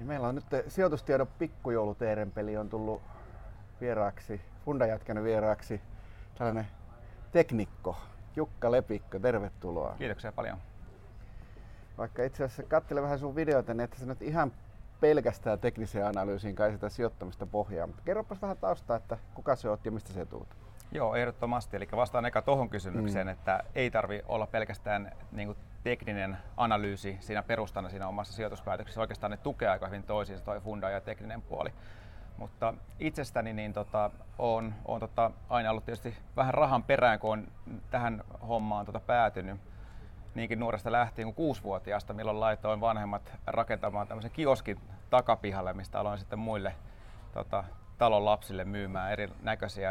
Meillä on nyt sijoitustiedon pikkujouluteerenpeli on tullut vieraaksi, Fundajätkänä vieraaksi tällainen teknikko, Jukka Lepikko, tervetuloa. Kiitoksia paljon. Vaikka itse asiassa katselen vähän sun videoita, niin että sä nyt ihan pelkästään tekniseen analyysiin kai sitä sijoittamista pohjaa. Mutta kerropas vähän taustaa, että kuka se oot ja mistä se tuut? Joo, ehdottomasti. Eli vastaan eka tuohon kysymykseen, että ei tarvi olla pelkästään niin kuin tekninen analyysi siinä perustana siinä omassa sijoituspäätöksessä. Oikeastaan ne tukee aika hyvin toisiinsa, toi funda ja tekninen puoli. Mutta itsestäni niin on aina ollut tietysti vähän rahan perään, kun on tähän hommaan päätynyt. Niinkin nuoresta lähtien kuin 6-vuotiaasta, milloin laitoin vanhemmat rakentamaan tämmöisen kioskin takapihalle, mistä aloin sitten muille talon lapsille myymään erinäköisiä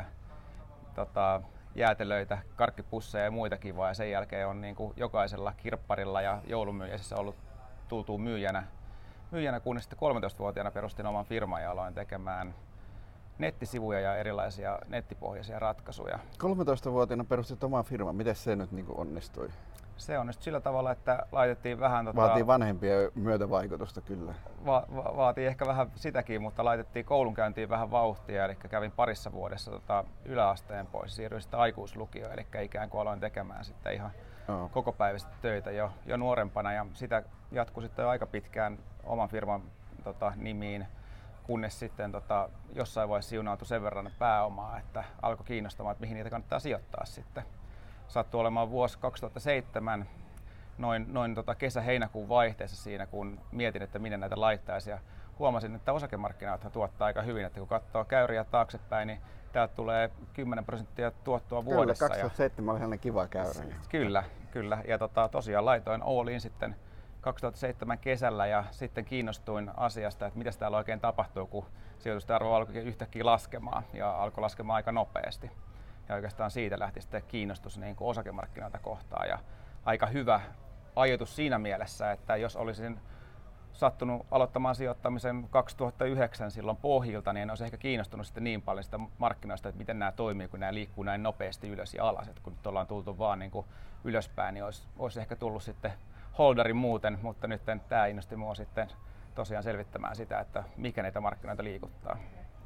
jäätelöitä, karkkipusseja ja muita kivaa. Ja sen jälkeen on niin kuin jokaisella kirpparilla ja joulumyyjässä ollut tultua myyjänä, kunnes sitten 13-vuotiaana perustin oman firman ja aloin tekemään nettisivuja ja erilaisia nettipohjaisia ratkaisuja. 13-vuotiaana perustit oman firman. Miten se nyt niin kuin onnistui? Se onnistui sillä tavalla, että laitettiin vähän... Vaatii vanhempien myötävaikutusta kyllä. Vaatii ehkä vähän sitäkin, mutta laitettiin koulunkäyntiin vähän vauhtia. Eli kävin parissa vuodessa yläasteen pois. Siirryin sitten aikuislukioon, eli ikään kuin aloin tekemään sitten ihan kokopäiväisesti töitä jo nuorempana. Ja sitä jatkui sitten jo aika pitkään oman firman nimiin, kunnes sitten jossain vaiheessa siunautui sen verran pääomaa, että alkoi kiinnostamaan, että mihin niitä kannattaa sijoittaa sitten. Sattui olemaan vuosi 2007, noin kesä-heinäkuun vaihteessa siinä, kun mietin, että minne näitä laittaisi. Ja huomasin, että osakemarkkinat tuottaa aika hyvin, että kun katsoo käyriä taaksepäin, niin täältä tulee 10% tuottoa vuodessa. Kyllä, 2007 oli sellainen kiva käyrä. Kyllä. Ja tosiaan laitoin Ooliin sitten 2007 kesällä ja sitten kiinnostuin asiasta, että mitä täällä oikein tapahtuu, kun sijoitusten arvo alkoi yhtäkkiä laskemaan ja alkoi laskemaan aika nopeasti. Ja oikeastaan siitä lähti sitten kiinnostus niin kuin osakemarkkinoita kohtaan. Ja aika hyvä ajoitus siinä mielessä, että jos olisin sattunut aloittamaan sijoittamisen 2009 silloin pohjilta, niin en olisi ehkä kiinnostunut sitten niin paljon sitä markkinoista, että miten nämä toimii, kun nämä liikkuu näin nopeasti ylös ja alas. Et kun nyt ollaan tultu vaan niin kuin ylöspäin, niin olisi ehkä tullut sitten holdari muuten, mutta nyt tämä innosti minua sitten tosiaan selvittämään sitä, että mikä näitä markkinoita liikuttaa.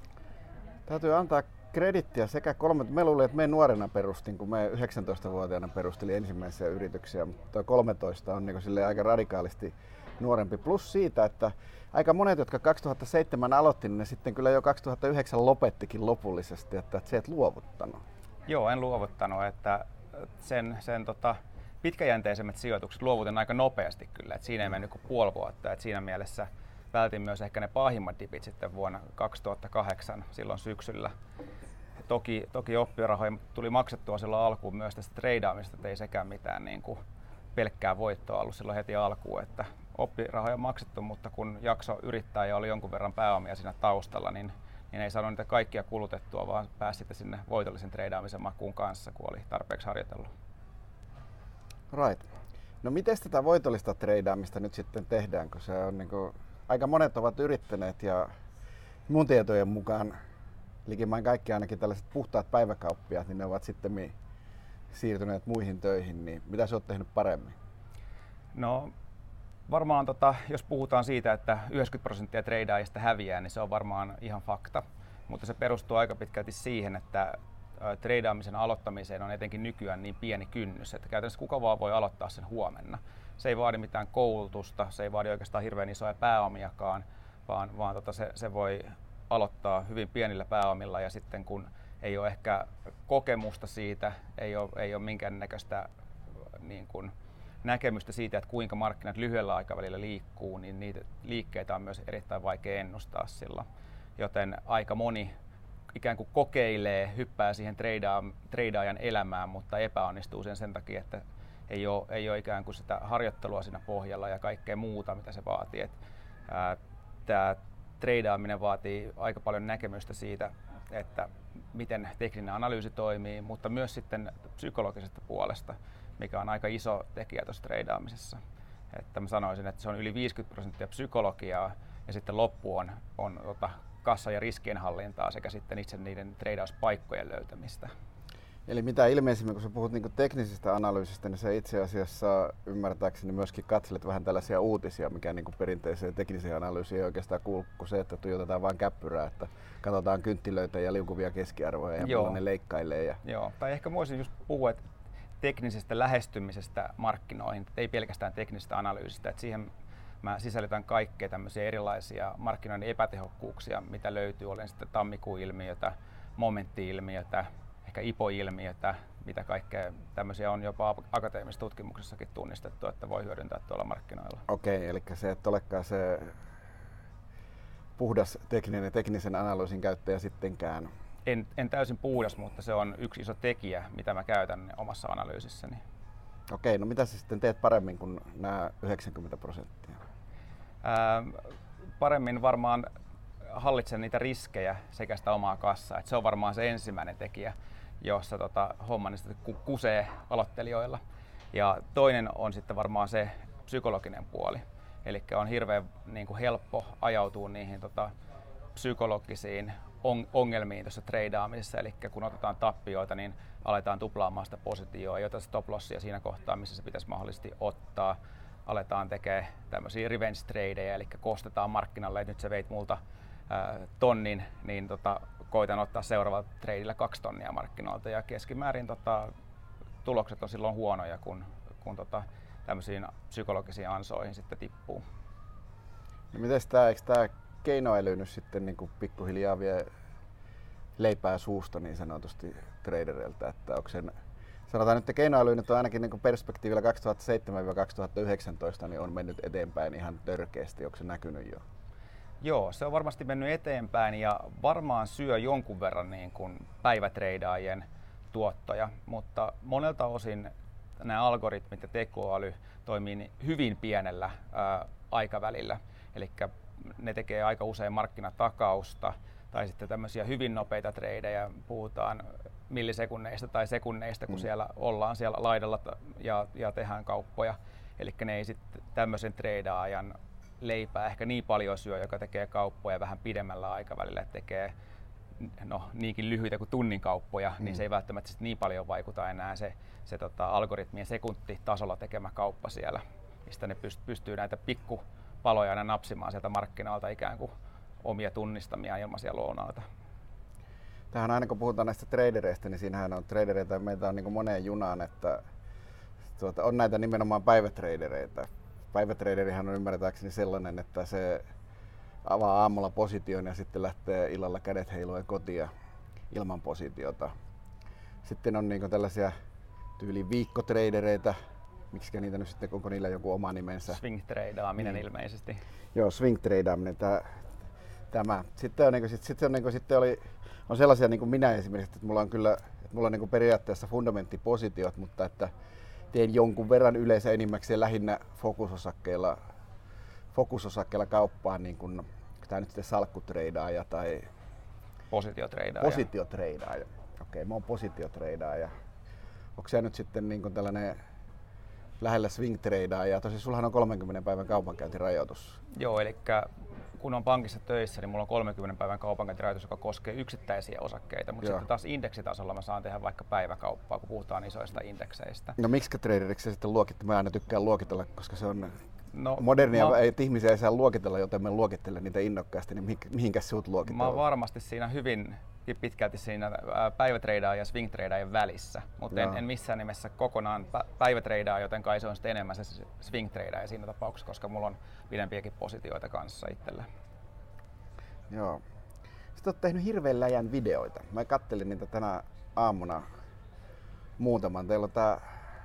Täytyy antaa kredittiä sekä me luulin, että me nuorena perustin, kun me 19-vuotiaana perustelin ensimmäisiä yrityksiä, mutta tuo 13 on niin aika radikaalisti nuorempi. Plus siitä, että aika monet, jotka 2007 aloitti, niin ne sitten kyllä jo 2009 lopettikin lopullisesti, että se et luovuttanut. Joo, en luovuttanut, että sen pitkäjänteisemmät sijoitukset luovutin aika nopeasti kyllä, että siinä ei mennyt kuin puoli vuotta, että siinä mielessä vältin myös ehkä ne pahimmat dipit sitten vuonna 2008 silloin syksyllä. Toki oppirahoja tuli maksettua silloin alkuun myös tästä treidaamista, että ei sekään mitään niin kuin pelkkää voittoa ollut silloin heti alkuun, että oppirahoja on maksettu, mutta kun jakso yrittää ja oli jonkun verran pääomia siinä taustalla, niin ei saanut niitä kaikkia kulutettua, vaan pääsi sitten sinne voitollisen treidaamisen makuun kanssa, kun oli tarpeeksi harjoitellut. Right. No miten tätä voitollista treidaamista nyt sitten tehdään, kun se on niin kuin, aika monet ovat yrittäneet ja mun tietojen mukaan likimain kaikki ainakin tällaiset puhtaat päiväkauppiaat, niin ne ovat sitten siirtyneet muihin töihin, niin mitä sä oot tehnyt paremmin? No varmaan jos puhutaan siitä, että 90% treidaajista häviää, niin se on varmaan ihan fakta, mutta se perustuu aika pitkälti siihen, että treidaamisen aloittamiseen on etenkin nykyään niin pieni kynnys, että käytännössä kuka vaan voi aloittaa sen huomenna. Se ei vaadi mitään koulutusta, se ei vaadi oikeastaan hirveän isoja pääomiakaan, vaan se voi aloittaa hyvin pienillä pääomilla ja sitten kun ei ole ehkä kokemusta siitä, ei ole minkäännäköistä niin kuin näkemystä siitä, että kuinka markkinat lyhyellä aikavälillä liikkuu, niin niitä liikkeitä on myös erittäin vaikea ennustaa silloin. Joten aika moni ikään kuin kokeilee, hyppää siihen treidaajan elämään, mutta epäonnistuu sen takia, että ei ole ikään kuin sitä harjoittelua siinä pohjalla ja kaikkea muuta, mitä se vaatii. Tämä treidaaminen vaatii aika paljon näkemystä siitä, että miten tekninen analyysi toimii, mutta myös sitten psykologisesta puolesta, mikä on aika iso tekijä tuossa treidaamisessa. Että mä sanoisin, että se on yli 50% psykologiaa ja sitten loppu on kassa- ja riskienhallintaa sekä sitten itse niiden treidauspaikkojen löytämistä. Eli mitä ilmeisimmin, kun sä puhut niin teknisestä analyysistä, niin sä itse asiassa ymmärtääkseni myöskin katselet vähän tällaisia uutisia, mikä niin perinteiseen tekniseen analyysiin ei oikeastaan kuulu kuin se, että tuijotetaan vain käppyrää, että katsotaan kynttilöitä ja liukuvia keskiarvoja ja milloin ne leikkailee. Ja... Joo, tai ehkä voisin just puhua teknisestä lähestymisestä markkinoihin, ei pelkästään teknisestä analyysistä, että siihen mä sisällytän kaikkea tämmöisiä erilaisia markkinoinnin epätehokkuuksia, mitä löytyy, olen sitten tammikuilmiötä, momentti-ilmiötä, ehkä IPO-ilmiötä, mitä kaikkea tämmöisiä on jopa akateemisessa tutkimuksessakin tunnistettu, että voi hyödyntää tuolla markkinoilla. Okei, eli se et olekaan se puhdas teknisen analyysin käyttäjä sittenkään. En täysin puhdas, mutta se on yksi iso tekijä, mitä mä käytän omassa analyysissäni. Okei, no mitä sä sitten teet paremmin kuin nämä 90%? Paremmin varmaan hallitsen niitä riskejä sekä sitä omaa kassaa. Et se on varmaan se ensimmäinen tekijä, jossa hommani kusee aloittelijoilla. Ja toinen on sitten varmaan se psykologinen puoli. Eli on hirveän helppo ajautua niihin psykologisiin ongelmiin tuossa treidaamisessa. Eli kun otetaan tappioita, niin aletaan tuplaamaan sitä positioa, jota stop lossia siinä kohtaa, missä se pitäisi mahdollisesti ottaa. Aletaan tekemään tämmöisiä revenge tradeja, eli kostetaan markkinalle, että nyt sä veit multa tonnin, niin koitan ottaa seuraavalla tradeillä 2 tonnia markkinoilta. Ja keskimäärin tulokset on silloin huonoja, kun tämmöisiin psykologisiin ansoihin sitten tippuu. No mites eikö tämä keinoäly nyt sitten niin kuin pikkuhiljaa vie leipää suusta niin sanotusti tradereilta, että onko sen, sanotaan nyt, että keinoäly nyt on ainakin niin kuin perspektiivillä 2007-2019 niin on mennyt eteenpäin ihan törkeästi, onko se näkynyt jo? Joo, se on varmasti mennyt eteenpäin ja varmaan syö jonkun verran niin kuin päivätreidaajien tuottoja, mutta monelta osin nämä algoritmit ja tekoäly toimii hyvin pienellä aikavälillä. Eli ne tekee aika usein markkinatakausta tai sitten tämmöisiä hyvin nopeita treidejä, puhutaan millisekunneista tai sekunneista, kun siellä ollaan siellä laidalla ja tehdään kauppoja. Eli ne ei sitten tämmöisen treidaajan leipää ehkä niin paljon syö, joka tekee kauppoja vähän pidemmällä aikavälillä, että tekee niinkin lyhyitä kuin tunnin kauppoja, niin se ei välttämättä niin paljon vaikuta enää se algoritmien sekuntitasolla tekemä kauppa siellä, mistä ne pystyy näitä pikkupaloja aina napsimaan sieltä markkinoilta ikään kuin omia tunnistamia ilmaisia lounaita. Tähän aina kun puhutaan näistä tradereista, niin siinähän on tradereita, meitä on niin kuin moneen junaan, että on näitä nimenomaan päivätradereita. Päivätraderihan on ymmärtääkseni sellainen, että se avaa aamulla position ja sitten lähtee illalla kädet heiluen kotia ilman positiota. Sitten on niinku tällaisia tyyliin viikkotradereita, miksikä niitä nyt sitten, onko niillä joku oma nimensä? Swing tradeaaminen ilmeisesti. Joo, swing tradeaaminen. Tämä. Sitten on sellaisia niin kuin minä esimerkiksi, että mulla on niin kuin periaatteessa fundamenttipositiot, mutta että teen jonkun verran yleensä enimmäkseen lähinnä fokusosakkeella kauppaan, niin kuin tämä nyt sitten salkkutreidaaja tai positiotreidaaja. Okei, mä oon positiotreidaaja. Onko se nyt sitten niin kuin tällainen lähellä swing-treidaaja? Tosin sullahan on 30 päivän kaupankäyntirajoitus. Joo, eli kun on pankissa töissä, niin mulla on 30 päivän kaupankäyntirajoitus, joka koskee yksittäisiä osakkeita, mutta sitten taas indeksitasolla mä saan tehdä vaikka päiväkauppaa, kun puhutaan isoista indekseistä. No miksi traderiksi se sitten luokittaa? Mä aina tykkään luokitella, koska se on modernia, että ihmisiä ei saa luokitella, joten mä luokittelen niitä innokkaasti, niin mihinkäs sut luokitellaan? Mä oon varmasti siinä hyvin pitkälti siinä päivätreidaajan ja swing-treidaajan välissä, mutta en missään nimessä kokonaan päivätreidaa, joten kai se on sitten enemmän se swing-treidaaja siinä tapauksessa, koska mulla on pidempiäkin positioita kanssa itsellä. Joo. Sitten oot tehnyt hirveän läjän videoita. Mä kattelin niitä tänä aamuna muutaman. Teillä on tää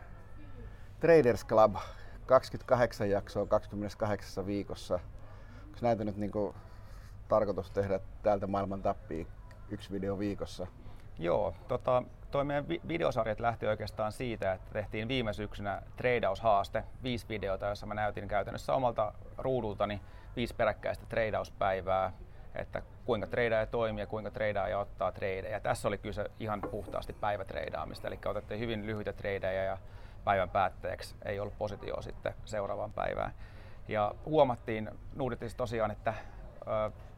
Traders Club 28 jaksoa 28 viikossa. Onko näitä nyt niinku tarkoitus tehdä täältä maailman tappiin 1 video viikossa? Joo, toi meidän videosarjat lähti oikeastaan siitä, että tehtiin viime syksynä treidaushaaste, 5 videota, jossa mä näytin käytännössä omalta ruudultani 5 peräkkäistä treidauspäivää, että kuinka treidaaja toimii ja kuinka treidaaja ottaa treidejä. Tässä oli kyse ihan puhtaasti päivätreidaamista, eli otettiin hyvin lyhyitä treidejä ja päivän päätteeksi ei ollut positioa sitten seuraavaan päivään. Ja huomattiin, nuudittiin tosiaan, että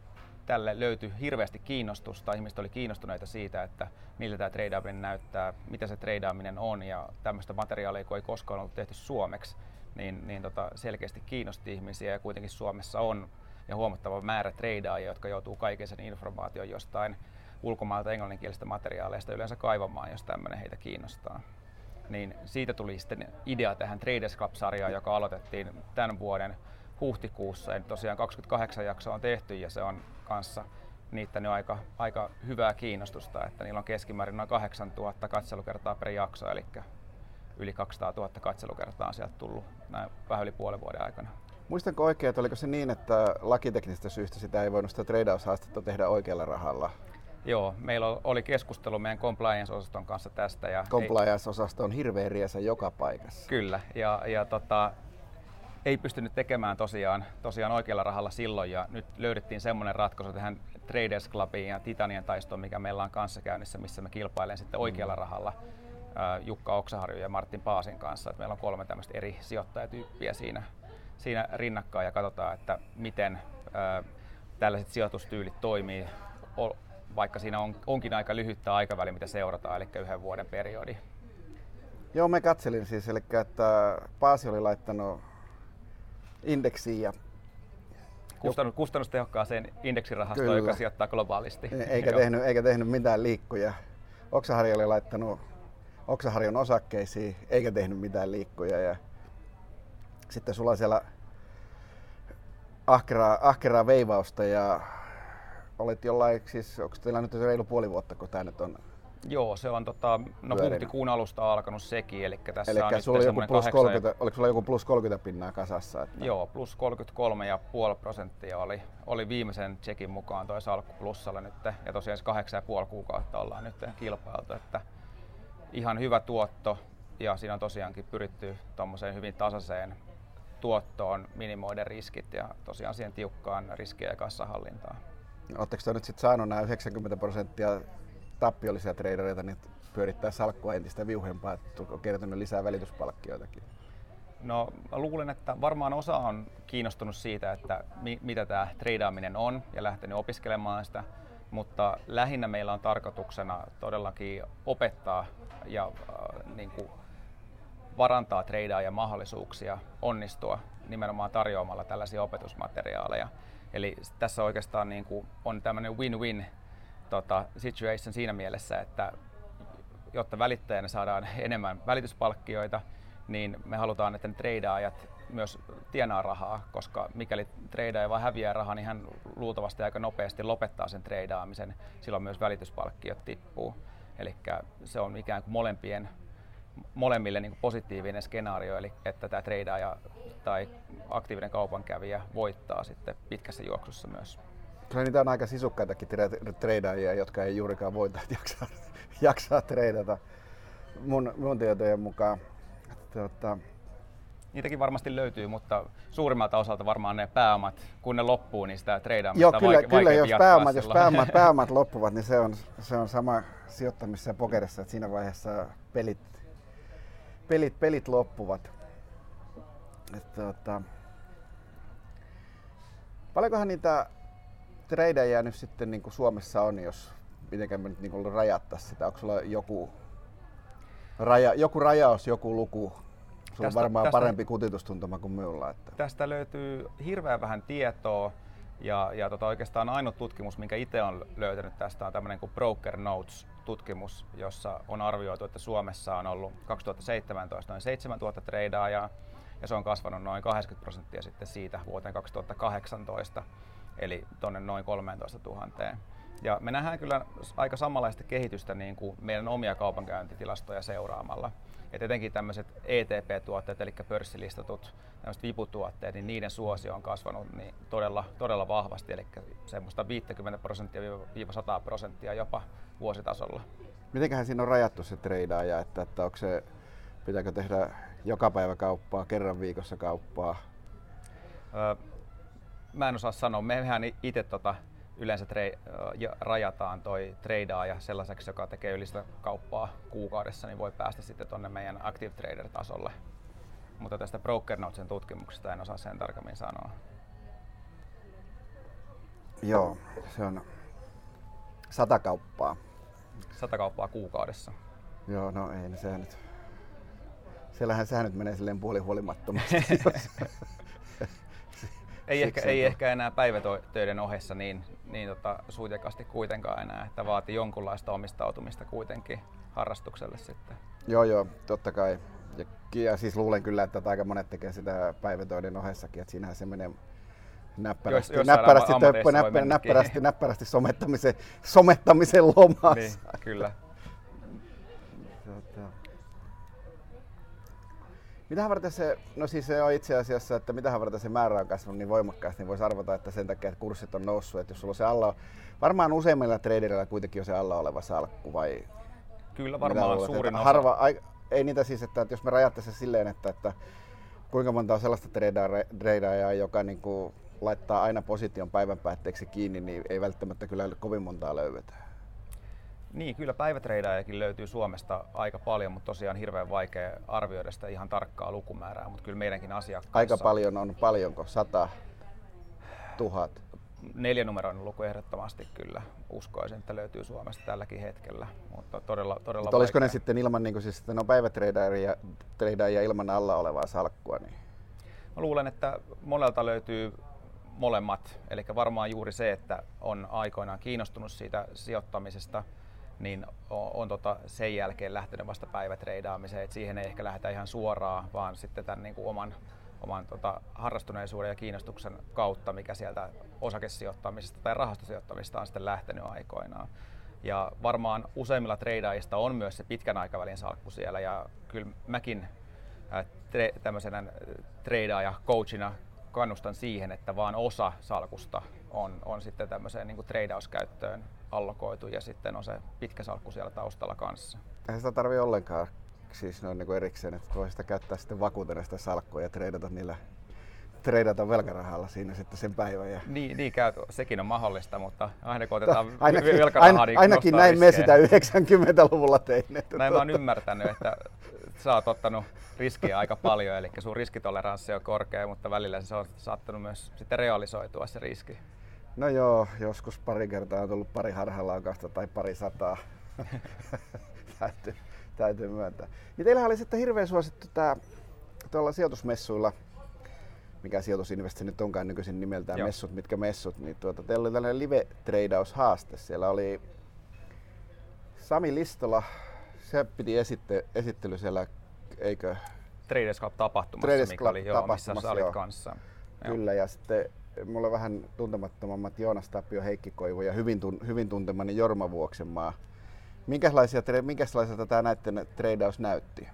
tälle löytyi hirveästi kiinnostusta. Ihmiset oli kiinnostuneita siitä, että miltä tämä treidaaminen näyttää, mitä se treidaaminen on, ja tämmöistä materiaalia, kun ei koskaan ollut tehty suomeksi, niin selkeästi kiinnosti ihmisiä, ja kuitenkin Suomessa on ja huomattava määrä treidaajia, jotka joutuu kaiken sen informaation jostain ulkomailta englanninkielistä materiaaleista yleensä kaivamaan, jos tämmöinen heitä kiinnostaa. Niin siitä tuli sitten idea tähän Traders Club-sarjaan, joka aloitettiin tämän vuoden huhtikuussa. Ja tosiaan 28 jaksoa on tehty, ja se on kanssa niittänyt aika hyvää kiinnostusta, että niillä on keskimäärin noin 8000 katselukertaa per jakso, eli yli 200 000 katselukertaa on sieltä tullut näin vähän yli puolen vuoden aikana. Muistanko oikein, että oliko se niin, että lakiteknisistä syistä sitä ei voinut sitä treidaushaastetta tehdä oikealla rahalla? Joo, meillä oli keskustelu meidän compliance-osaston kanssa tästä. Ja compliance-osasto on hirveän riesa joka paikassa. Kyllä, ja ei pystynyt tekemään tosiaan oikealla rahalla silloin, ja nyt löydettiin semmoinen ratkaisu tähän Traders Clubiin ja Titanien taistoon, mikä meillä on kanssakäynnissä, missä me kilpailen sitten oikealla rahalla Jukka Oksaharju ja Martin Paasin kanssa. Meillä on 3 tämmöistä eri sijoittajatyyppiä siinä rinnakkain, ja katsotaan, että miten tällaiset sijoitustyylit toimii, vaikka siinä onkin aika lyhyttä aikaväli, mitä seurataan, eli 1 vuoden periodi. Joo, me katselin siis, eli että Paasi oli laittanut indeksiin ja kustannustehokkaaseen indeksirahastoon, joka sijoittaa globaalisti. Eikä tehnyt mitään liikkuja. Oksaharju oli laittanut Oksaharjun osakkeisiin, eikä tehnyt mitään liikkuja. Ja sitten sulla on siellä ahkeraa veivausta ja olet jollain, siis onko teillä nyt reilu puoli vuotta, kun tämä nyt on? Joo, se on huhtikuun alusta alkanut sekin, eli tässä on nyt sulla semmoinen 30, oliko sulla joku plus 30 pinnaa kasassa? Että... Joo, plus 33,5% oli viimeisen checkin mukaan toi salkku plussalla nyt, ja tosiaan 8,5 kuukautta ollaan nyt kilpailtu, että ihan hyvä tuotto, ja siinä on tosiaankin pyritty tuommoiseen hyvin tasaiseen tuottoon, minimoiden riskit ja tosiaan siihen tiukkaan riskiä ja kassahallintaan. Oletteko te nyt sitten saanut nämä 90% tappiollisia tradereita niin pyörittää salkkua entistä viuhempaa, että on kertynyt lisää välityspalkkioitakin? No, mä luulen, että varmaan osa on kiinnostunut siitä, että mitä tämä treidaaminen on, ja lähtenyt opiskelemaan sitä, mutta lähinnä meillä on tarkoituksena todellakin opettaa ja varantaa treidaajan mahdollisuuksia onnistua nimenomaan tarjoamalla tällaisia opetusmateriaaleja. Eli tässä oikeastaan on tämmöinen win-win situation siinä mielessä, että jotta välittäjänä saadaan enemmän välityspalkkioita, niin me halutaan, että ne treidaajat myös tienaa rahaa, koska mikäli treidaaja vaan häviää rahaa, niin hän luultavasti aika nopeasti lopettaa sen treidaamisen, silloin myös välityspalkkiot tippuu. Eli se on ikään kuin molemmille positiivinen skenaario, eli että tämä treidaaja tai aktiivinen kaupankävijä voittaa sitten pitkässä juoksussa myös. Kyllä niitä on aika sisukkaitakin treidaajia, jotka ei juurikaan voita, että jaksaa treidata mun tietojen mukaan. Niitäkin varmasti löytyy, mutta suurimmalta osalta varmaan ne pääomat, kun ne loppuu, niin sitä treidaamista Joo, on kyllä jos jatkaa pääomat loppuvat, niin se on sama sijoittamisessa ja pokerissa, että siinä vaiheessa pelit loppuvat. Paljonkohan niitä treidejä nyt sitten niin kuin Suomessa on, jos mitenkään me nyt niin rajattaisiin sitä? Onko sulla joku rajaus, joku luku? Sulla on varmaan parempi kutitustuntuma kuin minulla. Että. Tästä löytyy hirveän vähän tietoa, ja oikeastaan ainut tutkimus, minkä itse olen löytänyt tästä, on tämmöinen kuin Broker Notes-tutkimus, jossa on arvioitu, että Suomessa on ollut 2017 noin 7000 treidaajaa, ja se on kasvanut noin 80% sitten siitä vuoteen 2018, eli tuonne noin 13 000. Ja me nähdään kyllä aika samanlaista kehitystä niin kuin meidän omia kaupankäyntitilastoja seuraamalla. Et etenkin tämmöiset ETP-tuotteet, eli pörssilistatut, tämmöiset viputuotteet, niin niiden suosio on kasvanut niin todella vahvasti, eli semmoista 50%–100% jopa vuositasolla. Mitenköhän siinä on rajattu se treidaaja, että onko se, pitääkö tehdä joka päivä kauppaa, kerran viikossa kauppaa? Mä en osaa sanoa. Mehän itse yleensä rajataan toi treidaaja sellaiseksi, joka tekee yli sitä kauppaa kuukaudessa, niin voi päästä sitten tuonne meidän Active Trader-tasolle. Mutta tästä Broker Notesin tutkimuksesta en osaa sen tarkemmin sanoa. Joo, Se on 100 kauppaa. 100 kauppaa kuukaudessa. Joo, no ei, niin sehän nyt... Sehän nyt menee silleen puolihuolimattomasti. ei ehkä enää päivätöiden ohessa niin suitekasti kuitenkaan enää, että vaatii jonkunlaista omistautumista kuitenkin harrastukselle sitten. Joo, totta kai. Ja siis luulen kyllä, että aika monet tekee sitä päivätöiden ohessakin, että siinähän se menee näppärästi somettamisen lomassa. Niin, kyllä. Mitähän varten se on itse asiassa, että mitähän varten se määrä on kasvanut niin voimakkaasti, niin voisi arvata, että sen takia, että kurssit on noussut, että jos sulla on se varmaan useimmilla tradereilla kuitenkin on se alla oleva salkku, vai? Kyllä varmaan suurin osa. Ei niitä siis, että jos me rajattaisiin silleen, että kuinka monta on sellaista tradeajaa, joka niin kuin laittaa aina position päivän päätteeksi kiinni, niin ei välttämättä kyllä kovin montaa löydetä. Niin, kyllä päivätreidaajakin löytyy Suomesta aika paljon, mutta tosiaan hirveän vaikea arvioida sitä ihan tarkkaa lukumäärää, mutta kyllä meidänkin asiakkaissa... Aika paljon on, paljonko? 100 000? 4-numeroinen luku ehdottomasti kyllä uskoisin, että löytyy Suomesta tälläkin hetkellä, mutta todella olisiko ne sitten ilman, niin siis, että ne on päivätreidaajia ilman alla olevaa salkkua? Niin... Mä luulen, että monelta löytyy molemmat, eli varmaan juuri se, että on aikoinaan kiinnostunut siitä sijoittamisesta, niin on sen jälkeen lähtenyt vasta päivätreidaamiseen, että siihen ei ehkä lähdetä ihan suoraan, vaan sitten tämän niin kuin oman harrastuneisuuden ja kiinnostuksen kautta, mikä sieltä osakesijoittamisesta tai rahastosijoittamisesta on sitten lähtenyt aikoinaan. Ja varmaan useimmilla treidaajista on myös se pitkän aikavälin salkku siellä, ja kyllä mäkin tämmöisenä treidaaja-coachina kannustan siihen, että vaan osa salkusta on sitten tämmöiseen niin kuin treidauskäyttöön allokoitu ja sitten on se pitkä salkku siellä taustalla kanssa. Eihän sitä tarvitse ollenkaan siis noin niin kuin erikseen, että voi sitä käyttää sitten vakuutena sitä salkkua ja treidata velkarahalla siinä sitten sen päivän. Ja... Niin käy, sekin on mahdollista, mutta aina kun otetaan velkarahaa, niin ainakin näin me sitä 90-luvulla tein. Näin mä oon ymmärtänyt, että sä oot ottanut riskiä aika paljon, eli sun riskitoleranssi on korkea, mutta välillä se on saattanut myös sitten realisoitua se riski. No joo, joskus pari kertaa on tullut pari harhalaukausta tai pari sataa. Täytyy myöntää. Ja teillähän oli sitten hirveän suosittu tuolla sijoitusmessuilla, mikä sijoitusinvesti nyt onkaan nykyisin nimeltään, messut, mitkä messut, niin teillä oli tällainen live-treidaushaaste. Siellä oli Sami Listola, se piti esittely siellä, eikö? Traders Club-tapahtumassa, mikä oli missä sä olit kanssa. Kyllä, ja sitten mulla vähän tuntemattomammat Joonas Tapio, Heikki Koivu ja hyvin tuntemani Jorma Vuoksenmaa. Minkälaiselta tämä näiden treidaus näytti?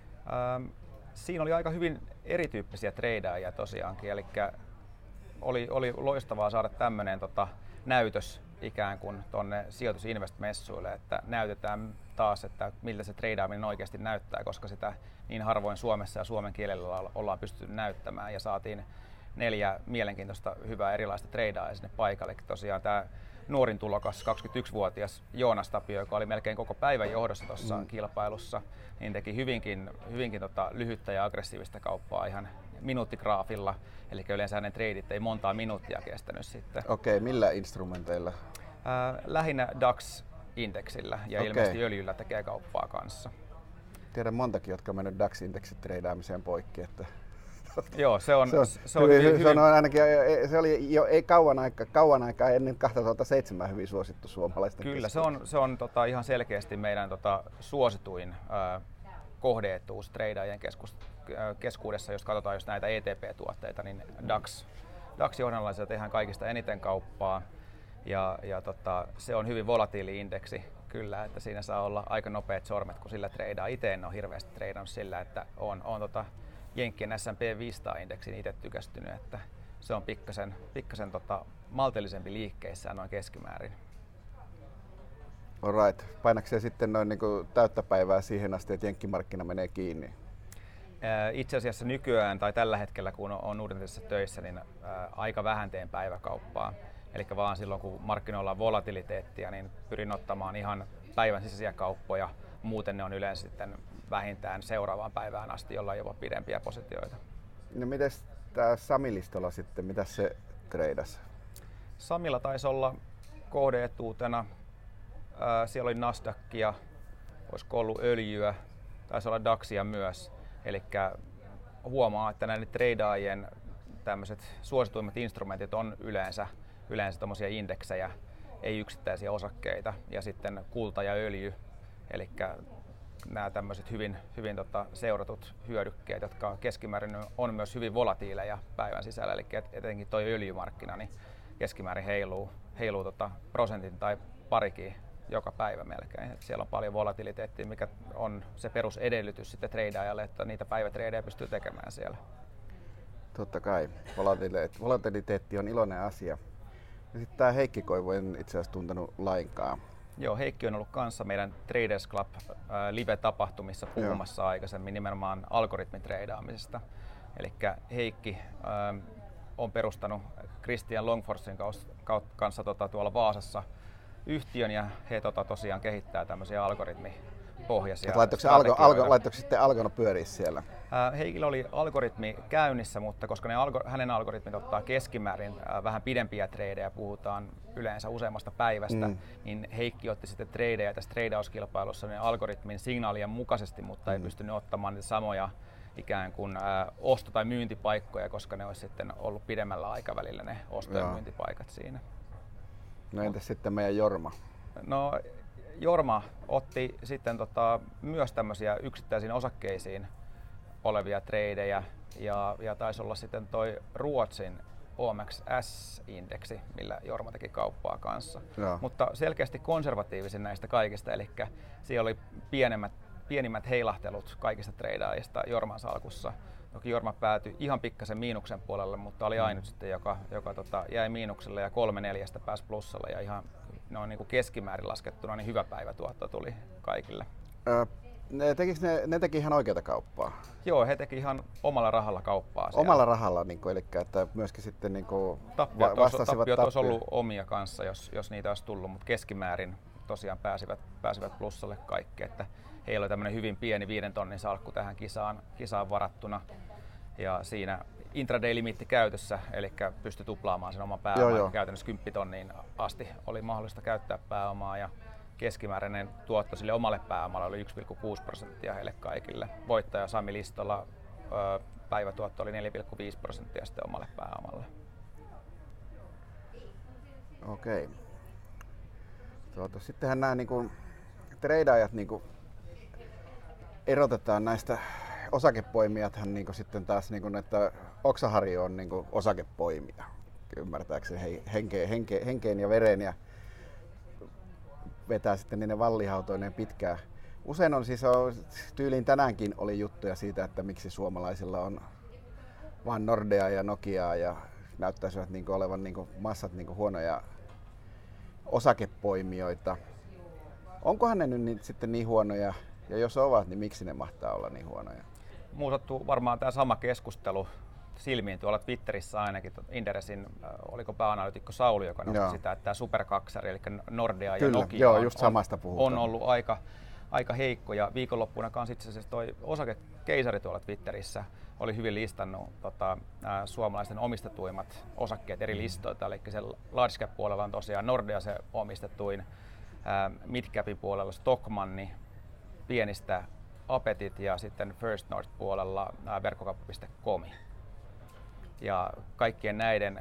Siinä oli aika hyvin erityyppisiä treidaajia tosiaankin, eli oli loistavaa saada tämmöinen näytös ikään kuin tuonne sijoitusinvest-messuille, että näytetään taas, että miltä se treidaaminen oikeasti näyttää, koska sitä niin harvoin Suomessa ja suomen kielellä ollaan pystytty näyttämään ja saatiin 4 mielenkiintoista hyvää erilaista treidaajia sinne paikalle. Tosiaan tämä nuorin tulokas, 21-vuotias Joonas Tapio, joka oli melkein koko päivän johdossa tuossa kilpailussa, niin teki hyvinkin lyhyttä ja aggressiivista kauppaa ihan minuuttigraafilla. Eli yleensä hänen treidit ei montaa minuuttia kestänyt sitten. Okei, millä instrumenteilla? Lähinnä DAX-indeksillä ja ilmeisesti öljyllä tekee kauppaa kanssa. Tiedän montakin, jotka on mennyt DAX-indeksit treidaamiseen poikki. Että joo, se on ainakin, se oli jo ei kauan aikaa ennen 2007 hyvin suosittu suomalaisten. Kyllä, se on ihan selkeästi meidän suosituin kohde-etuus treidaajien keskuudessa, jos katsotaan just näitä ETP-tuotteita, niin DAX-johdannaiset tehdään kaikista eniten kauppaa ja se on hyvin volatiili indeksi. Kyllä, että siinä saa olla aika nopeat sormet, kun sillä treidaa. Itse en ole hirveästi treidannut sillä, että on Jenkkien S&P 500-indeksin itse tykästynyt, että se on pikkasen maltillisempi liikkeissään noin keskimäärin. Alright. Painatko se sitten noin niin kuin täyttä päivää siihen asti, että jenkkimarkkina menee kiinni? Itse asiassa nykyään tai tällä hetkellä, kun on uudentisessa töissä, niin aika vähän teen päiväkauppaa. Eli vaan silloin, kun markkinoilla on volatiliteettia, niin pyrin ottamaan ihan päivän sisäisiä kauppoja. Muuten ne on yleensä sitten vähintään seuraavaan päivään asti, jolla on jopa pidempiä positioita. No mites tää Sami Listola sitten, mitä se treidasi? Samilla taisi olla kohde-etuutena. Siellä oli Nasdaqia, olisiko ollut öljyä, taisi olla DAXia myös. Eli huomaa, että näiden treidaajien tämmöiset suosituimmat instrumentit on yleensä tommosia indeksejä, ei yksittäisiä osakkeita, ja sitten kulta ja öljy, eli nämä tämmöiset hyvin seuratut hyödykkeet, jotka keskimäärin on myös hyvin volatiileja päivän sisällä, eli etenkin tuo öljymarkkina niin keskimäärin heiluu prosentin tai parikin joka päivä melkein. Siellä on paljon volatiliteettia, mikä on se perusedellytys sitten treidaajalle, että niitä päivätreidejä pystyy tekemään siellä. Totta kai. Volatiliteetti on iloinen asia. Ja sitten tämä Heikki Koivu en itse asiassa tuntenut lainkaan. Joo, Heikki on ollut kanssa meidän Traders Club live-tapahtumissa puhumassa aikaisemmin nimenomaan algoritmitreidaamisesta. Eli Heikki on perustanut Christian Longforsin kanssa tuolla Vaasassa yhtiön, ja he tosiaan kehittää tämmöisiä algoritmipohjaisia strategioita. Laittoiko sitten Algono pyöriä siellä? Heikillä oli algoritmi käynnissä, mutta koska hänen algoritmit ottaa keskimäärin vähän pidempiä treidejä, puhutaan yleensä useammasta päivästä, niin Heikki otti sitten treidejä tässä treidauskilpailussa niin algoritmin signaalien mukaisesti, mutta ei pystynyt ottamaan niitä samoja ikään kuin osto- tai myyntipaikkoja, koska ne olisi sitten ollut pidemmällä aikavälillä ne osto- ja myyntipaikat siinä. No entäs sitten meidän Jorma? No Jorma otti sitten myös tämmöisiä yksittäisiin osakkeisiin olevia treidejä, ja taisi olla sitten toi Ruotsin OMXS-indeksi, millä Jorma teki kauppaa kanssa. Mutta selkeästi konservatiivisin näistä kaikista, eli siellä oli pienimmät heilahtelut kaikista treidaajista Jorman salkussa. Toki Jorma päätyi ihan pikkasen miinuksen puolelle, mutta oli ainut sitten, joka jäi miinukselle, ja 3/4 pääsi plussalle, ja ihan noin niin kuin keskimäärin laskettuna niin hyvä päivätuotto tuli kaikille. Ne teki ihan oikeata kauppaa? Joo, he teki ihan omalla rahalla kauppaa siellä. Omalla rahalla, eli että myöskin sitten vastasivat tappiot olisi ollut omia kanssa, jos niitä olisi tullut, mutta keskimäärin tosiaan pääsivät plussalle kaikki. Että heillä oli tämmöinen hyvin pieni 5 tonnin salkku tähän kisaan varattuna, ja siinä intraday-limitti käytössä, eli pystyi tuplaamaan sen oman pääoman. Käytännössä 10 tonniin asti oli mahdollista käyttää pääomaa, ja keskimääräinen tuotto sille omalle pääomalle oli 1,6% heille kaikille. Voittaja Sami Listola päivätuotto oli 4,5% sitten omalle pääomalle. Okei. Sittenhän nämä treidaajat erotetaan näistä osakepoimijathan sitten taas että Oksaharju on osakepoimija. Ymmärtääkseni henkeen ja veren ja vetää sitten niiden vallihautoineen pitkään. Usein on tyyliin tänäänkin oli juttuja siitä, että miksi suomalaisilla on vain Nordea ja Nokiaa ja näyttäisivät olevan massat huonoja osakepoimijoita. Onkohan ne nyt sitten niin huonoja, ja jos ovat, niin miksi ne mahtaa olla niin huonoja? Muun sattuu varmaan tämä sama keskustelu silmiin tuolla Twitterissä ainakin. Inderesin, oliko pääanalyytikko Sauli, joka nosti sitä, että tämä superkaksari, eli Nordea ja Nokia on ollut aika heikko. Ja viikonloppuna kanssa itse asiassa toi osakekeisari tuolla Twitterissä oli hyvin listannut suomalaisten omistetuimmat osakkeet eri listoilta. Eli se large cap puolella on tosiaan Nordea se omistetuin, mid capin puolella Stockmanni, pienistä Apetit, ja sitten First North puolella verkkokauppa.com. Ja kaikkien näiden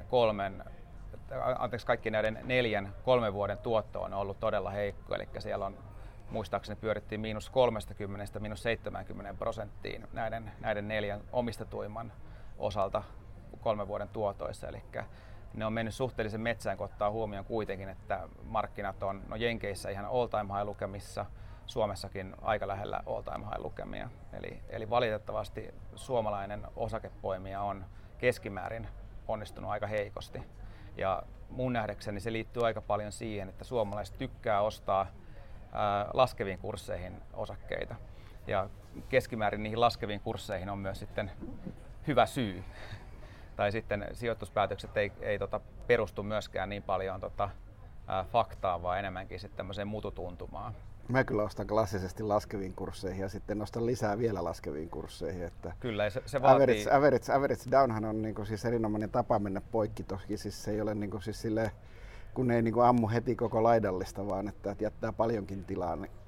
4 3 vuoden tuotto on ollut todella heikko, eli siellä on muistaakseni pyörittiin -30% -70% näiden 4 omistetuimman osalta 3 vuoden tuotoissa, eli ne on mennyt suhteellisen metsään, kun ottaa huomioon kuitenkin, että markkinat on Jenkeissä ihan all time high lukemissa, Suomessakin aika lähellä all time high lukemia. Eli valitettavasti suomalainen osakepoimija on keskimäärin onnistunut aika heikosti. Ja mun nähdäkseni se liittyy aika paljon siihen, että suomalaiset tykkää ostaa laskeviin kursseihin osakkeita. Ja keskimäärin niihin laskeviin kursseihin on myös sitten hyvä syy. Tai sitten sijoituspäätökset ei perustu myöskään niin paljon faktaan, vaan enemmänkin sitten tämmöiseen mututuntumaan. Mä kyllä ostan klassisesti laskeviin kursseihin ja sitten nostan lisää vielä laskeviin kursseihin. Että kyllä, se vaatii... Average downhan on siis erinomainen tapa mennä poikki. Toki siis se ei ole siis silleen kun ei niin kuin ammu heti koko laidallista, vaan että jättää paljonkin tilaa, niin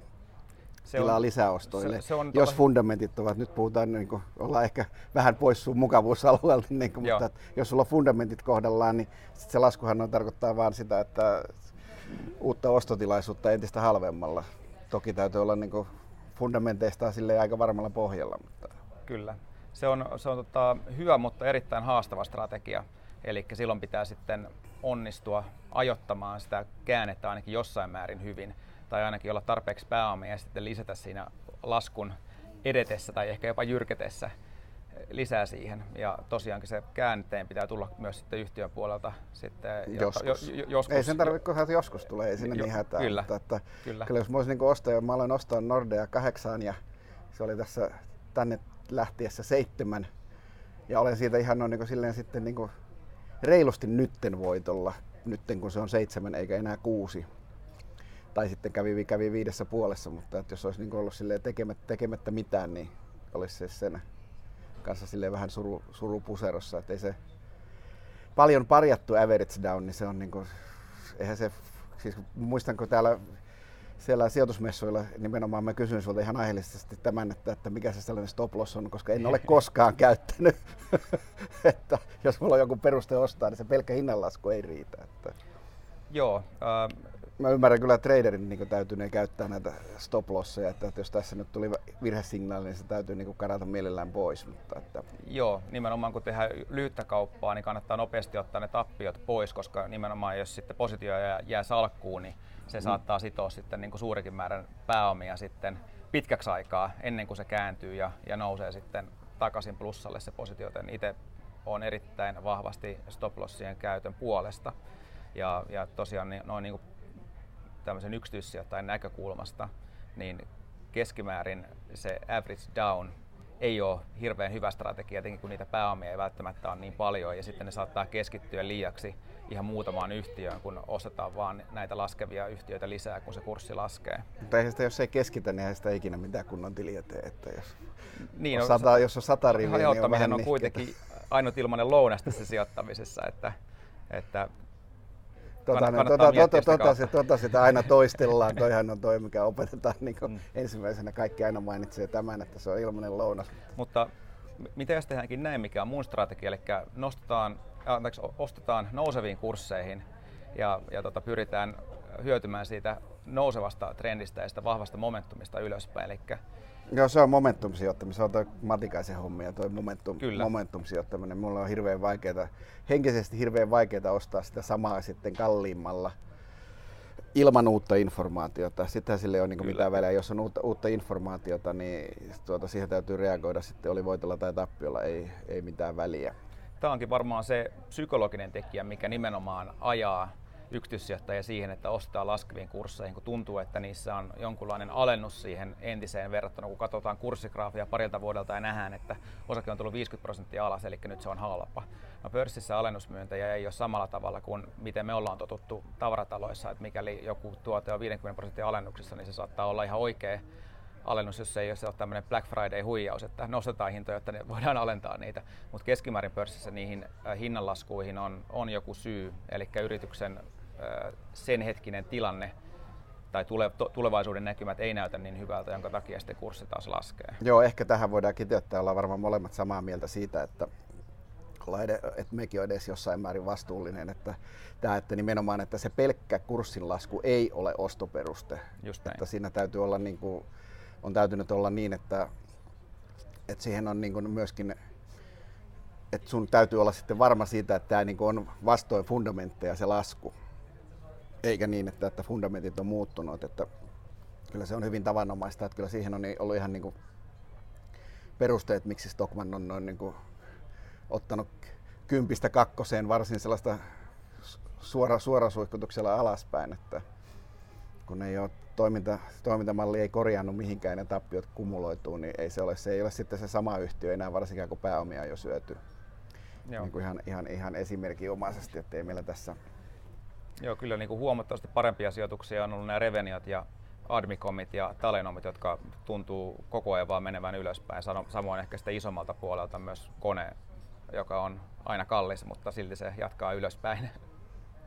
lisäostoille. Jos fundamentit ovat, nyt puhutaan, niin kuin, ollaan ehkä vähän pois sun mukavuusalueelta, niin kuin, mutta jos sulla on fundamentit kohdallaan, niin sit se laskuhan tarkoittaa vaan sitä, että uutta ostotilaisuutta entistä halvemmalla. Toki täytyy olla niin kuin fundamenteista aika varmalla pohjalla. Mutta. Kyllä. Se on hyvä, mutta erittäin haastava strategia. Eli silloin pitää sitten onnistua ajoittamaan sitä käännettä ainakin jossain määrin hyvin. Tai ainakin olla tarpeeksi pääomia ja sitten lisätä siinä laskun edetessä tai ehkä jopa jyrketessä lisää siihen. Ja tosiaankin se käänteen pitää tulla myös sitten yhtiön puolelta sitten joskus. Ei sen tarvitse, kunhan joskus tulee, ei sinne niin hätää. Kyllä. Kyllä jos mä olisin niin ostaja, mä olen ostanut Nordea 8 ja se oli tässä tänne lähtiessä 7. Ja olen siitä ihan niin silleen sitten niin reilusti nytten voitolla, nytten kun se on 7 eikä enää 6. Tai sitten kävi 5,5, mutta että jos olisi niin ollut tekemättä mitään, niin olisi se sen kanssa silleen vähän surupuserossa. Että ei se paljon parjattu average down, niin se on niin kuin, eihän se, siis muistanko siellä sijoitusmessuilla nimenomaan mä kysyin sulta ihan aiheellisesti tämän, että mikä se sellainen stop loss on, koska en ole koskaan käyttänyt. Että jos mulla on joku peruste ostaa, niin se pelkkä hinnanlasku ei riitä. Että. Joo. Mä ymmärrän kyllä, että traderin niin täytyy käyttää näitä stop losseja, että jos tässä nyt tuli virhesignaali, niin se täytyy niin karata mielellään pois. Mutta että. Joo, nimenomaan kun tehdään lyhyttä kauppaa, niin kannattaa nopeasti ottaa ne tappiot pois, koska nimenomaan jos sitten positio jää salkkuun, niin se saattaa sitoa sitten niin suurikin määrän pääomia sitten pitkäksi aikaa ennen kuin se kääntyy ja nousee sitten takaisin plussalle se positio. Joten itse olen erittäin vahvasti stop lossien käytön puolesta ja tosiaan noin niin tämmöisen yksityissijoittajan näkökulmasta, niin keskimäärin se average down ei ole hirveän hyvä strategia, etenkin kun niitä pääomia ei välttämättä ole niin paljon ja sitten ne saattaa keskittyä liiaksi ihan muutamaan yhtiöön, kun ostetaan vaan näitä laskevia yhtiöitä lisää, kun se kurssi laskee. Mutta eihän sitä, jos ei keskitä, niin eihän sitä ikinä mitään kunnon tiliä tee. Että jos on 100 riviä, niin on vähän on kuitenkin ainut ilmainen lounas tässä sijoittamisessa, että sitä aina toistellaan. Toihan on toi, mikä opetetaan niin ensimmäisenä. Kaikki aina mainitsee tämän, että se on ilmainen lounas. Mutta mitä jos tehdäänkin näin, mikä on mun strategia, eli ostetaan nouseviin kursseihin ja pyritään hyötymään siitä nousevasta trendistä ja sitä vahvasta momentumista ylöspäin. Joo, se on momentum-sijoittaminen. Se on toi Matikaisen hommia, toi momentum-sijoittaminen. Mulla on henkisesti hirveän vaikeaa ostaa sitä samaa sitten kalliimmalla ilman uutta informaatiota. Sittenhän sille ei ole mitään väliä. Jos on uutta informaatiota, niin siihen täytyy reagoida. Sitten oli voitolla tai tappiolla, ei mitään väliä. Tämä onkin varmaan se psykologinen tekijä, mikä nimenomaan ajaa yksityissijoittajia siihen, että ostaa laskeviin kursseihin, kun tuntuu, että niissä on jonkunlainen alennus siihen entiseen verrattuna. Kun katsotaan kurssigraafia parilta vuodelta ja nähdään, että osake on tullut 50% alas, eli nyt se on halpa. No pörssissä alennusmyyntejä ei ole samalla tavalla kuin miten me ollaan totuttu tavarataloissa, että mikäli joku tuote on 50% alennuksessa, niin se saattaa olla ihan oikea alennus, jos ei ole tämmöinen Black Friday-huijaus, että nostetaan hintoja, jotta ne voidaan alentaa niitä. Mutta keskimäärin pörssissä niihin hinnanlaskuihin on joku syy, eli yrityksen sen hetkinen tilanne tai tulevaisuuden näkymät ei näytä niin hyvältä, jonka takia sitten kurssi taas laskee. Joo, ehkä tähän voidaan kiteyttää, ollaan varmaan molemmat samaa mieltä siitä, että mekin on edes jossain määrin vastuullinen, että nimenomaan, että se pelkkä kurssin lasku ei ole ostoperuste. Että siinä täytyy olla on täytynyt olla niin, että siihen on myöskin, että sun täytyy olla sitten varma siitä, että tämä on vastoin fundamentteja se lasku. Eikä niin, että fundamentit on muuttunut. Että kyllä se on hyvin tavanomaista, että kyllä siihen on ollut ihan perusteet, miksi Stockmann on noin ottanut 10-2 varsin sellaista suorasuihkutuksella alaspäin, että kun ei ole toimintamalli ei korjannut mihinkään ja tappiot kumuloituu, niin se ei ole sitten se sama yhtiö enää, varsinkaan kun pääomia on jo syöty. Ihan esimerkinomaisesti, että ei meillä tässä. Joo, kyllä huomattavasti parempia sijoituksia on ollut nämä Reveniat ja Admicomit ja Talenomit, jotka tuntuu koko ajan vaan menevän ylöspäin. Samoin ehkä sitten isommalta puolelta myös Kone, joka on aina kallis, mutta silti se jatkaa ylöspäin.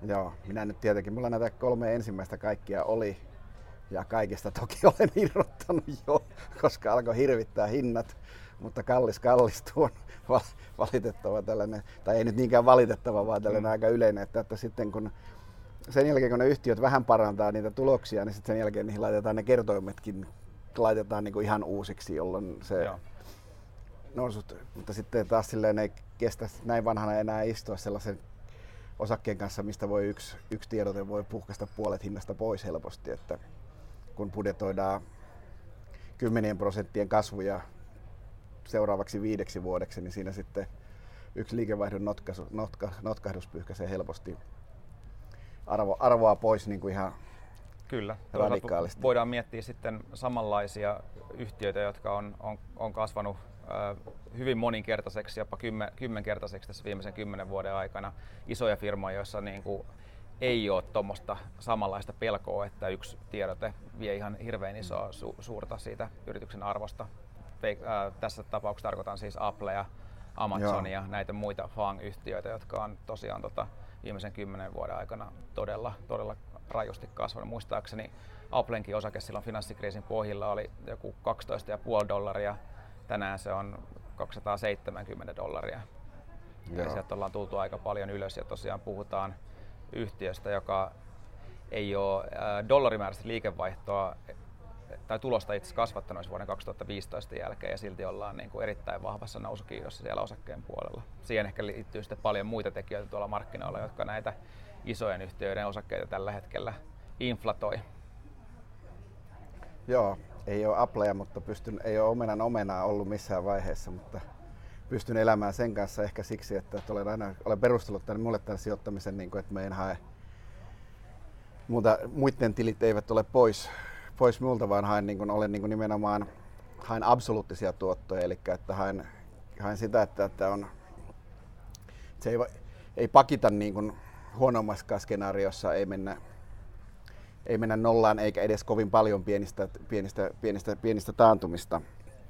Joo, minä nyt tietenkin, mulla näitä 3 ensimmäistä kaikkia oli ja kaikista toki olen irrottanut jo, koska alkoi hirvittää hinnat, mutta kallistuu on valitettava tällainen, tai ei nyt niinkään valitettava, vaan tällainen aika yleinen, että sitten kun sen jälkeen kun ne yhtiöt vähän parantaa niitä tuloksia, niin sitten sen jälkeen niihin laitetaan ne kertoimetkin laitetaan niin kuin ihan uusiksi, jolloin se nousut, mutta sitten taas silleen ei kestä näin vanhana enää istua sellaisen osakkeen kanssa, mistä voi yksi tiedote voi puhkaista puolet hinnasta pois helposti, että kun budjetoidaan 10% kasvuja seuraavaksi 5 vuodeksi, niin siinä sitten yksi liikevaihdon notkahdus pyyhkäisee helposti arvoa pois niin kuin ihan Kyllä. radikaalisti. Voidaan miettiä sitten samanlaisia yhtiöitä, jotka on kasvanut hyvin moninkertaiseksi, jopa 10-kertaiseksi tässä viimeisen 10 vuoden aikana. Isoja firmoja, joissa niin kuin ei ole tuommoista samanlaista pelkoa, että yksi tiedote vie ihan hirveän isoa suurta siitä yrityksen arvosta. Tässä tapauksessa tarkoitan siis Applea, Amazonia, näitä muita FAANG-yhtiöitä, jotka on tosiaan viimeisen 10 vuoden aikana todella rajusti kasvanut. Muistaakseni Applenkin osake silloin finanssikriisin pohjilla oli joku $12,5. Tänään se on $270. Ja sieltä ollaan tultu aika paljon ylös ja tosiaan puhutaan yhtiöstä, joka ei ole dollarimääräistä liikevaihtoa tai tulosta itse kasvattanut vuoden 2015 jälkeen ja silti ollaan niin kuin erittäin vahvassa nousukiidossa siellä osakkeen puolella. Siihen ehkä liittyy sitten paljon muita tekijöitä tuolla markkinoilla, jotka näitä isojen yhtiöiden osakkeita tällä hetkellä inflatoi. Joo, ei ole Applea, mutta ei ole omenaa ollut missään vaiheessa, mutta pystyn elämään sen kanssa ehkä siksi, että olen perustellut mulle tämän sijoittamisen, niin kuin, että me en hae muiden tilit eivät ole pois multa, vaan olen nimenomaan haen absoluuttisia tuottoja, eli että haen sitä, että on, se ei pakita niin kuin huonommassakaan skenaariossa, ei mennä nollaan eikä edes kovin paljon pienistä taantumista.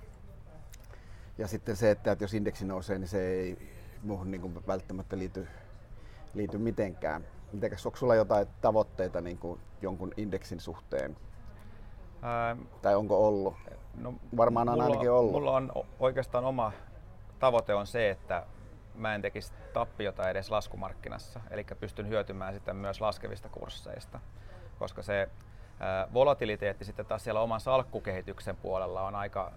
Ja sitten se, että jos indeksi nousee, niin se ei muuhun niin kuin välttämättä liity mitenkään. Onko sulla jotain tavoitteita niin kuin jonkun indeksin suhteen? Tai onko ollut? No, varmaan on ainakin ollut. Mulla on oikeastaan oma tavoite on se, että mä en tekisi tappiota edes laskumarkkinassa, eli pystyn hyötymään sitten myös laskevista kursseista, koska se volatiliteetti sitten taas siellä oman salkkukehityksen puolella on aika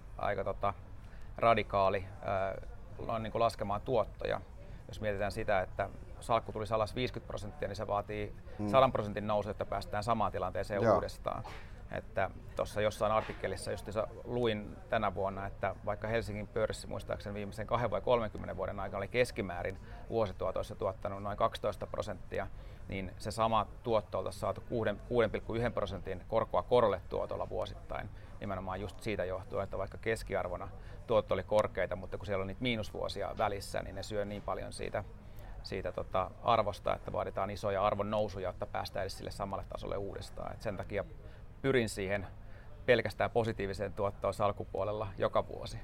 radikaali niin kuin laskemaan tuottoja. Jos mietitään sitä, että salkku tulisi alas 50%, niin se vaatii 100% nousu, että päästään samaan tilanteeseen uudestaan. Että tuossa jossain artikkelissa justiinsa luin tänä vuonna, että vaikka Helsingin pörssi muistaakseni viimeisen 20 vai 30 vuoden aikana oli keskimäärin vuosituotoissa tuottanut noin 12%, niin se sama tuotto oltaisiin saatu 6,1% korkoa korolle tuotolla vuosittain. Nimenomaan just siitä johtuen, että vaikka keskiarvona tuotto oli korkeita, mutta kun siellä on niitä miinusvuosia välissä, niin ne syö niin paljon siitä arvosta, että vaaditaan isoja arvon nousuja, jotta päästään edes sille samalle tasolle uudestaan. Et sen takia pyrin siihen pelkästään positiiviseen tuottoon salkupuolella joka vuosi.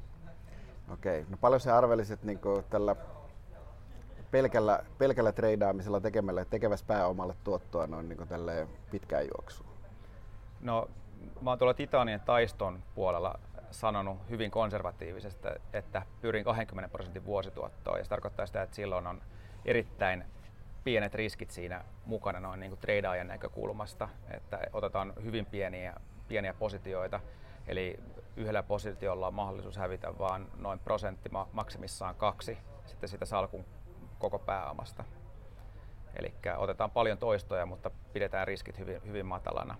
Okei. No paljon sä arvelisit niin tällä pelkällä treidaamisella tekevässä pääomalle tuottoa noin niin tälleen pitkään juoksuun? No, mä oon tuolla Titanien taiston puolella sanonut hyvin konservatiivisesti, että pyrin 20% vuosituottoon, ja se tarkoittaa sitä, että silloin on erittäin pienet riskit siinä mukana noin niin kuin treidaajan näkökulmasta, että otetaan hyvin pieniä positioita, eli yhdellä positiolla on mahdollisuus hävitä vain noin prosentti, maksimissaan 2 sitten sitä salkun koko pääomasta. Eli otetaan paljon toistoja, mutta pidetään riskit hyvin matalana.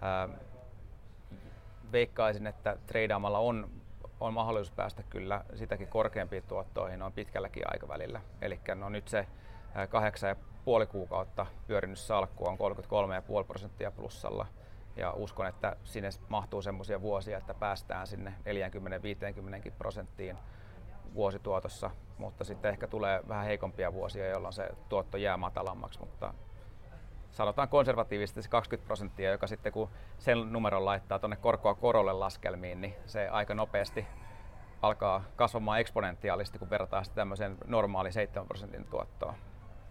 Veikkaisin, että treidaamalla on mahdollisuus päästä kyllä sitäkin korkeampiin tuottoihin noin pitkälläkin aikavälillä. Eli no nyt se 8,5 kuukautta pyörinyt salkku on 33,5% plussalla. Ja uskon, että sinne mahtuu semmoisia vuosia, että päästään sinne 40-50% vuosituotossa, mutta sitten ehkä tulee vähän heikompia vuosia, jolloin se tuotto jää matalammaksi, mutta sanotaan konservatiivisesti se 20%, joka sitten kun sen numeron laittaa tuonne korkoa korolle laskelmiin, niin se aika nopeasti alkaa kasvamaan eksponentiaalisesti, kun verrataan sitten tämmöiseen normaali 7% tuottoon.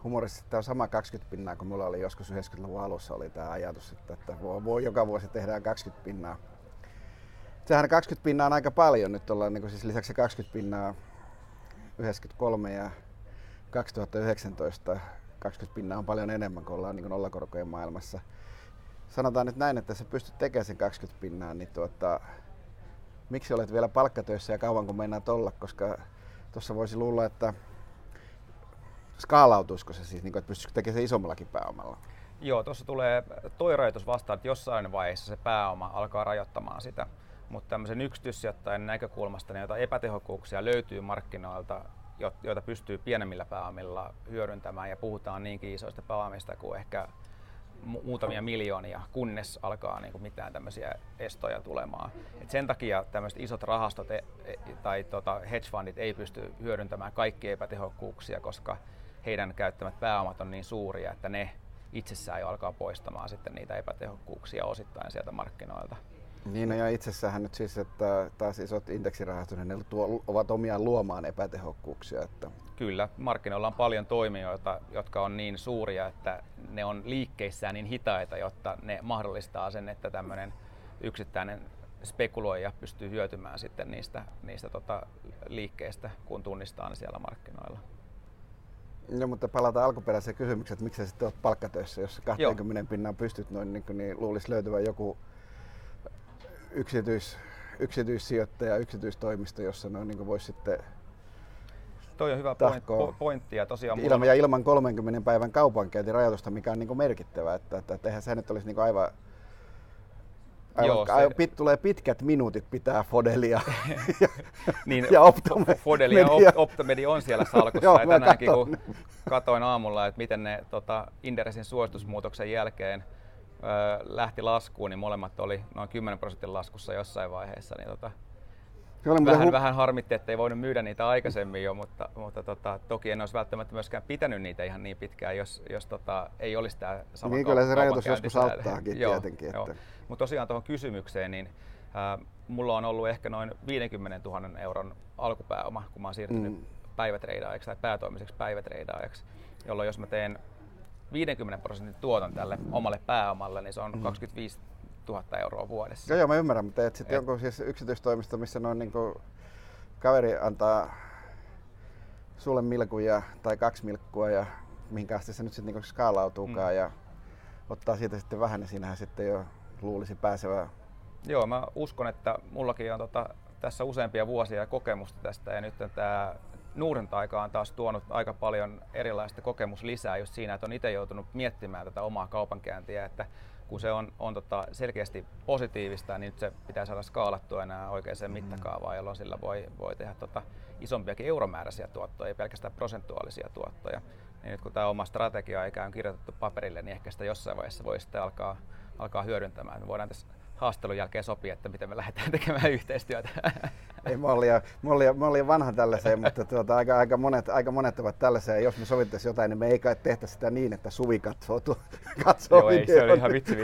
humoristisesti tämä on sama 20 pinnaa, kun mulla oli joskus 90-luvun alussa oli tämä ajatus, että voi joka vuosi tehdään 20 pinnaa. Sehän 20 pinnaa on aika paljon, nyt ollaan niin siis lisäksi 20 pinnaa 93 ja 2019, 20 pinnaa on paljon enemmän, kun ollaan niin nollakorkojen maailmassa. Sanotaan nyt näin, että sä pystyt tekemään sen 20 pinnaa, niin miksi olet vielä palkkatöissä ja kauan kun meinaat olla, koska tuossa voisi luulla, että skaalautuisiko se siis, että pystyisikö tekemään se isommallakin pääomalla? Joo, tuossa tulee toi rajoitus vastaan, että jossain vaiheessa se pääoma alkaa rajoittamaan sitä. Mutta tämmöisen yksityissijoittajan näkökulmasta niin jotain epätehokkuuksia löytyy markkinoilta, joita pystyy pienemmillä pääomilla hyödyntämään, ja puhutaan niinkin isoista pääomista kuin ehkä muutamia miljoonia, kunnes alkaa niin kuin mitään tämmöisiä estoja tulemaan. Et sen takia tämmöiset isot rahastot tai hedge fundit ei pysty hyödyntämään kaikkia epätehokkuuksia, koska heidän käyttämät pääomat on niin suuria, että ne itsessään jo alkaa poistamaan sitten niitä epätehokkuuksia osittain sieltä markkinoilta. Niin, ja itsessähän nyt siis, että taas isot indeksirahastot, ne ovat omiaan luomaan epätehokkuuksia. Että Kyllä, markkinoilla on paljon toimijoita, jotka on niin suuria, että ne on liikkeissään niin hitaita, jotta ne mahdollistaa sen, että tämmöinen yksittäinen spekuloija pystyy hyötymään sitten niistä liikkeistä, kun tunnistaa ne siellä markkinoilla. No, mutta palataan alkuperäiseen kysymykseen, että miksi sä sitten olet palkkatöissä, jos 20 pinnaan pystyt noin, niin luulisi löytyvän joku yksityissijoittaja, yksityistoimisto, jossa noin niin voisi sitten toi on hyvä pointti. Ja tosiaan ilman 30 päivän kaupankäyntirajoitusta, mikä on niin merkittävä, että eihän se nyt olisi niin aivan tulee pitkät minuutit pitää Fodelia niin, ja Fodeli ja Optomedi on siellä salkussa. Joo, ja tänäänkin kun katoin aamulla, että miten ne Inderesin suositusmuutoksen jälkeen lähti laskuun, niin molemmat oli noin 10% laskussa jossain vaiheessa. Niin vähän harmitti, että ei voinut myydä niitä aikaisemmin jo, mutta toki en olisi välttämättä myöskään pitänyt niitä ihan niin pitkään, jos ei olisi tämä sama niin, kyllä se rajoitus joskus auttaakin tietenkin. Mutta tosiaan tuohon kysymykseen, niin mulla on ollut ehkä noin 50 000 euron alkupääoma, kun mä oon siirtynyt päivätreidaajaksi tai päätoimiseksi päivätreidaajaksi, jolloin jos mä teen 50% tuoton tälle omalle pääomalle, niin se on 25 000 euroa vuodessa. Joo, mä ymmärrän, mutta teet sitten jonkun siis yksityistoimisto, missä noin niin kuin kaveri antaa sulle milkuja tai 2 milkkua ja mihinkä asti se nyt sitten niin skaalautuukaan ja ottaa siitä sitten vähän, niin siinähän sitten jo luulisi pääsevää. Joo, mä uskon, että mullakin on tässä useampia vuosia kokemusta tästä, ja nyt tämä Nuudenta-aika on taas tuonut aika paljon erilaista kokemuslisää just siinä, että on itse joutunut miettimään tätä omaa kaupankäyntiä, että kun se on selkeästi positiivista, niin nyt se pitää saada skaalattua enää oikeaan mittakaavaan, jolloin sillä voi tehdä isompiakin euromääräisiä tuottoja, ei pelkästään prosentuaalisia tuottoja. Niin nyt kun tämä oma strategia ikään kuin kirjoitettu paperille, niin ehkä sitä jossain vaiheessa voi sitten alkaa hyödyntämään. Me voidaan tässä haastelun jälkeen sopia, että miten me lähdetään tekemään yhteistyötä. Ei, mä olin vanha tällaiseen, mutta aika monet ovat tällaisia. Jos me sovittaisiin jotain, niin me ei kai tehtä sitä niin, että Suvi katsoo Joo, ei, se oli ihan vitsi.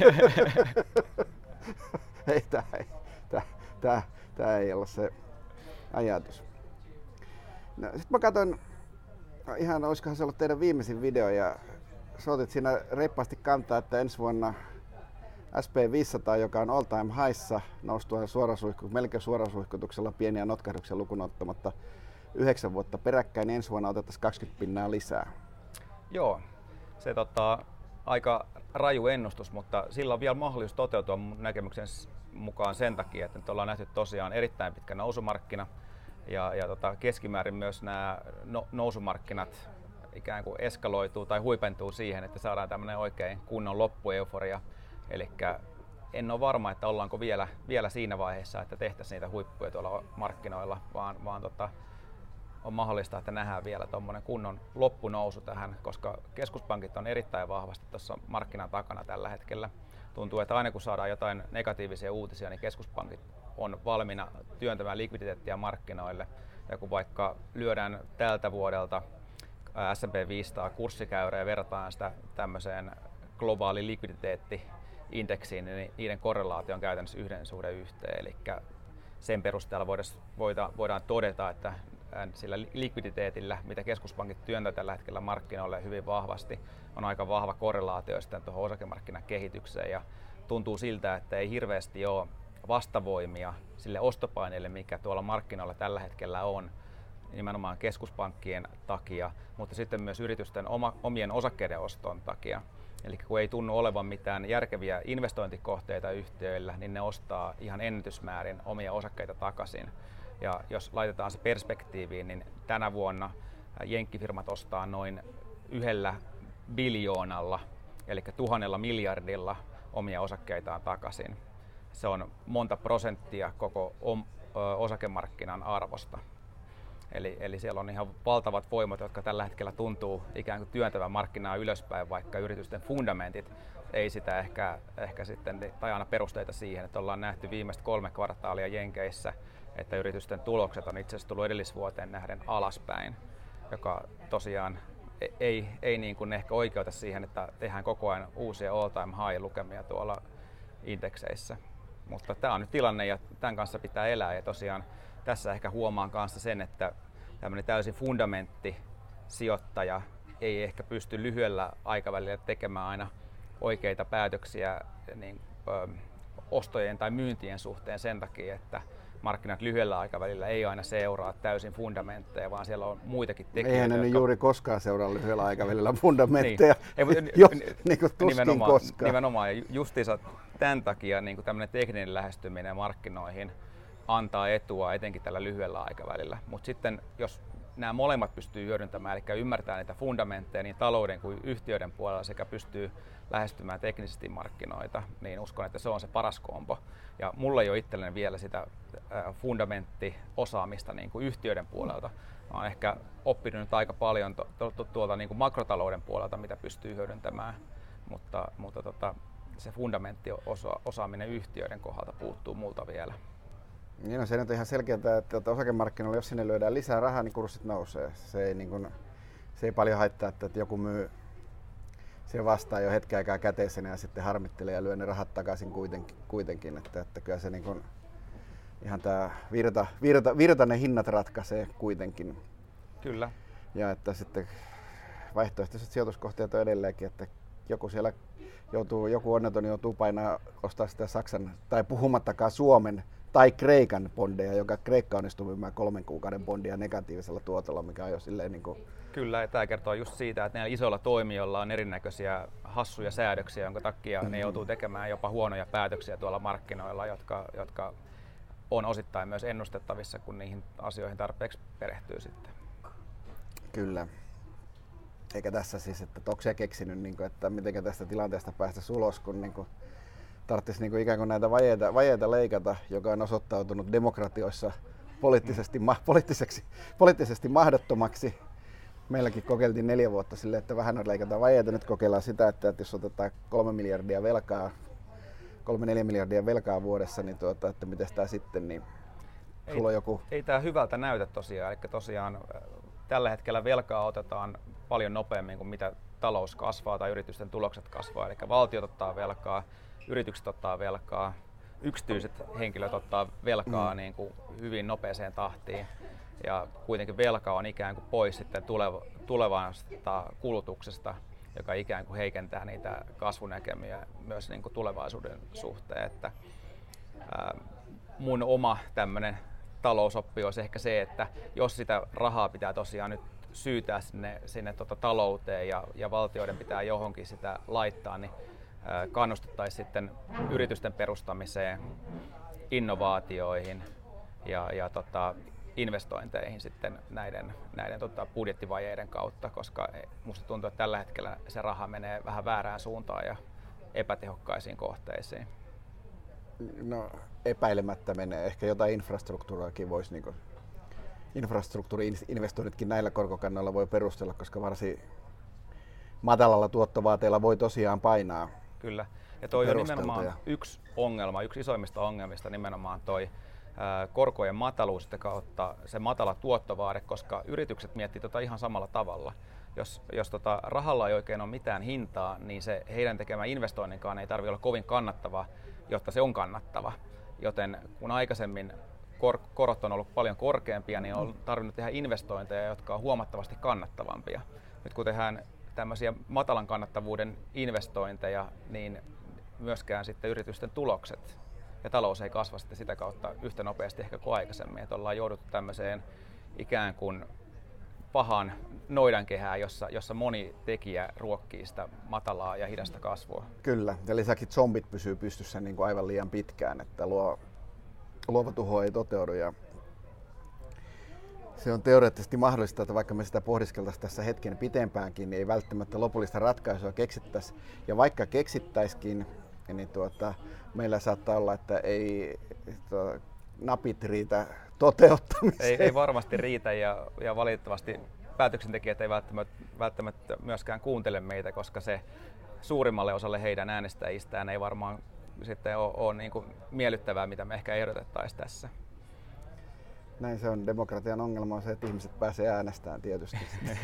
Ei, tää ei ole se ajatus. No, sitten mä katsoin, ihan olisikohan se ollut teidän viimeisin video, ja sä otit siinä reippaasti kantaa, että ensi vuonna SP500, joka on all time highssa, noustua melkein suorasuihkutuksella pieniä notkahduksia lukuun ottamatta 9 vuotta peräkkäin, niin ensi vuonna otettaisiin 20 pinnaa lisää. Joo, se aika raju ennustus, mutta sillä on vielä mahdollisuus toteutua mun näkemyksen mukaan sen takia, että nyt ollaan nähty tosiaan erittäin pitkä nousumarkkina, ja keskimäärin myös nämä nousumarkkinat ikään kuin eskaloituu tai huipentuu siihen, että saadaan tämmöinen oikein kunnon loppueuforia. Eli en ole varma, että ollaanko vielä siinä vaiheessa, että tehtäisiin niitä huippuja tuolla markkinoilla, vaan on mahdollista, että nähdään vielä tuommoinen kunnon loppunousu tähän, koska keskuspankit on erittäin vahvasti tuossa markkinan takana tällä hetkellä. Tuntuu, että aina kun saadaan jotain negatiivisia uutisia, niin keskuspankit on valmiina työntämään likviditeettiä markkinoille. Ja kun vaikka lyödään tältä vuodelta S&P 500 kurssikäyrä ja verrataan sitä tämmöiseen globaali likviditeetti-indeksiin, niin niiden korrelaatio on käytännössä 1:1. Eli sen perusteella voidaan todeta, että sillä likviditeetillä, mitä keskuspankit työntävät tällä hetkellä markkinoille hyvin vahvasti, on aika vahva korrelaatio sitten tuohon osakemarkkinakehitykseen ja tuntuu siltä, että ei hirveästi ole vastavoimia sille ostopaineelle, mikä tuolla markkinoilla tällä hetkellä on, nimenomaan keskuspankkien takia, mutta sitten myös yritysten omien osakkeiden oston takia. Eli kun ei tunnu olevan mitään järkeviä investointikohteita yhtiöillä, niin ne ostaa ihan ennätysmäärin omia osakkeita takaisin. Ja jos laitetaan se perspektiiviin, niin tänä vuonna jenkkifirmat ostaa noin 1 biljoonalla, eli 1000 miljardilla omia osakkeitaan takaisin. Se on monta prosenttia koko osakemarkkinan arvosta. Eli siellä on ihan valtavat voimat, jotka tällä hetkellä tuntuu ikään kuin työntävän markkinaa ylöspäin, vaikka yritysten fundamentit ei sitä ehkä sitten, tai aina perusteita siihen, että ollaan nähty viimeiset 3 kvartaalia Jenkeissä, että yritysten tulokset on itse asiassa tullut edellisvuoteen nähden alaspäin, joka tosiaan ei niin kuin ehkä oikeuta siihen, että tehdään koko ajan uusia all-time high-lukemia tuolla indekseissä. Mutta tämä on nyt tilanne ja tämän kanssa pitää elää ja tosiaan tässä ehkä huomaan kanssa sen, että tämmöinen täysin fundamenttisijoittaja ei ehkä pysty lyhyellä aikavälillä tekemään aina oikeita päätöksiä niin, ostojen tai myyntien suhteen sen takia, että markkinat lyhyellä aikavälillä ei aina seuraa täysin fundamentteja, vaan siellä on muitakin tekijöitä. Eihän ne juuri koskaan seuraa lyhyellä aikavälillä fundamentteja, niin kuin tuskin koskaan. Nimenomaan, ja justiinsa tämän takia niin tämmöinen tekninen lähestyminen markkinoihin antaa etua etenkin tällä lyhyellä aikavälillä. Mutta sitten jos nämä molemmat pystyy hyödyntämään, eli ymmärtää niitä fundamentteja niin talouden kuin yhtiöiden puolella sekä pystyy lähestymään teknisesti markkinoita, niin uskon, että se on se paras kombo. Ja mulla ei ole itselleni vielä sitä fundamenttiosaamista niin kuin yhtiöiden puolelta. Mä oon ehkä oppinut nyt aika paljon tuolta niin kuin makrotalouden puolelta, mitä pystyy hyödyntämään, mutta se fundamenttiosaaminen yhtiöiden kohdalta puuttuu multa vielä. Niin on se nyt ihan selkeää, että osakemarkkinoilla, jos sinne lyödään lisää rahaa, niin kurssit nousee. Se ei paljon haittaa, että joku myy se vastaan jo hetken aikaa käteisenä ja sitten harmittelee ja lyö ne rahat takaisin kuitenkin. Että kyllä se niin kuin, ihan tämä virta ne hinnat ratkaisee kuitenkin. Kyllä. Ja että sitten vaihtoehtoiset sijoituskohteet on edelleenkin, että joku onneton joutuu painaa ostaa sitä Saksan tai puhumattakaan Suomen tai Kreikan bondeja, joka Kreikka onnistui myymään 3 kuukauden bondia negatiivisella tuotolla, mikä on jo silleen niin kuin... Kyllä, ja tämä kertoo just siitä, että näillä isoilla toimijoilla on erinäköisiä hassuja säädöksiä, jonka takia ne joutuu tekemään jopa huonoja päätöksiä tuolla markkinoilla, jotka on osittain myös ennustettavissa, kun niihin asioihin tarpeeksi perehtyy sitten. Kyllä. Eikä tässä siis, että onko se keksinyt, että miten tästä tilanteesta päästä ulos, kun tarvitsisi ikään kuin näitä vajeita leikata, joka on osoittautunut demokratioissa poliittisesti mahdottomaksi. Meilläkin kokeiltiin 4 vuotta silleen, että vähän leikataan vajeita. Nyt kokeillaan sitä, että jos otetaan 3-4 miljardia velkaa vuodessa, niin että miten tämä sitten, niin sulla on joku... Ei tämä hyvältä näytä tosiaan. Eli tosiaan tällä hetkellä velkaa otetaan paljon nopeammin kuin mitä talous kasvaa tai yritysten tulokset kasvaa. Eli valtiot ottaa velkaa, yritykset ottaa velkaa, yksityiset henkilöt ottaa velkaa niin kuin hyvin nopeeseen tahtiin. Ja kuitenkin velka on ikään kuin pois sitten tulevasta kulutuksesta, joka ikään kuin heikentää niitä kasvunäkemiä myös niin kuin tulevaisuuden suhteen. Että, mun oma tämmöinen talousoppi olisi ehkä se, että jos sitä rahaa pitää tosiaan nyt syytää sinne talouteen ja valtioiden pitää johonkin sitä laittaa, niin kannustettaisiin sitten yritysten perustamiseen, innovaatioihin ja investointeihin sitten näiden budjettivajeiden kautta, koska musta tuntuu, että tällä hetkellä se raha menee vähän väärään suuntaan ja epätehokkaisiin kohteisiin. No epäilemättä menee. Ehkä jotain infrastruktuuriakin voisi, infrastruktuuri-investoinnitkin näillä korkokannoilla voi perustella, koska varsin matalalla tuottovaateella voi tosiaan painaa. Kyllä. Ja toi on nimenomaan yksi isoimmista ongelmista nimenomaan toi korkojen mataluus kautta se matala tuottovaade, koska yritykset miettii ihan samalla tavalla. Jos rahalla ei oikein ole mitään hintaa, niin se heidän tekemä investoinninkaan ei tarvitse olla kovin kannattava, jotta se on kannattava. Joten kun aikaisemmin korot on ollut paljon korkeampia, niin on tarvinnut tehdä investointeja, jotka on huomattavasti kannattavampia. Nyt kun tehdään tämmöisiä matalan kannattavuuden investointeja, niin myöskään sitten yritysten tulokset ja talous ei kasva sitten sitä kautta yhtä nopeasti ehkä kuin aikaisemmin. Että ollaan jouduttu tämmöiseen ikään kuin pahan noidankehään, jossa moni tekijä ruokkii sitä matalaa ja hidasta kasvua. Kyllä, ja lisäksi zombit pysyy pystyssä niin kuin aivan liian pitkään, että luova tuho ei toteudu. Ja se on teoreettisesti mahdollista, että vaikka me sitä pohdiskeltaisiin tässä hetken pitempäänkin, niin ei välttämättä lopullista ratkaisua keksittäisi. Ja vaikka keksittäisikin, niin meillä saattaa olla, että ei napit riitä toteuttamiseen. Ei varmasti riitä ja valitettavasti päätöksentekijät ei välttämättä myöskään kuuntele meitä, koska se suurimmalle osalle heidän äänestäjistään ei varmaan sitten ole niin kuin miellyttävää, mitä me ehkä ehdotettaisiin tässä. Näin se on. Demokratian ongelma on se, että ihmiset pääsee äänestämään tietysti.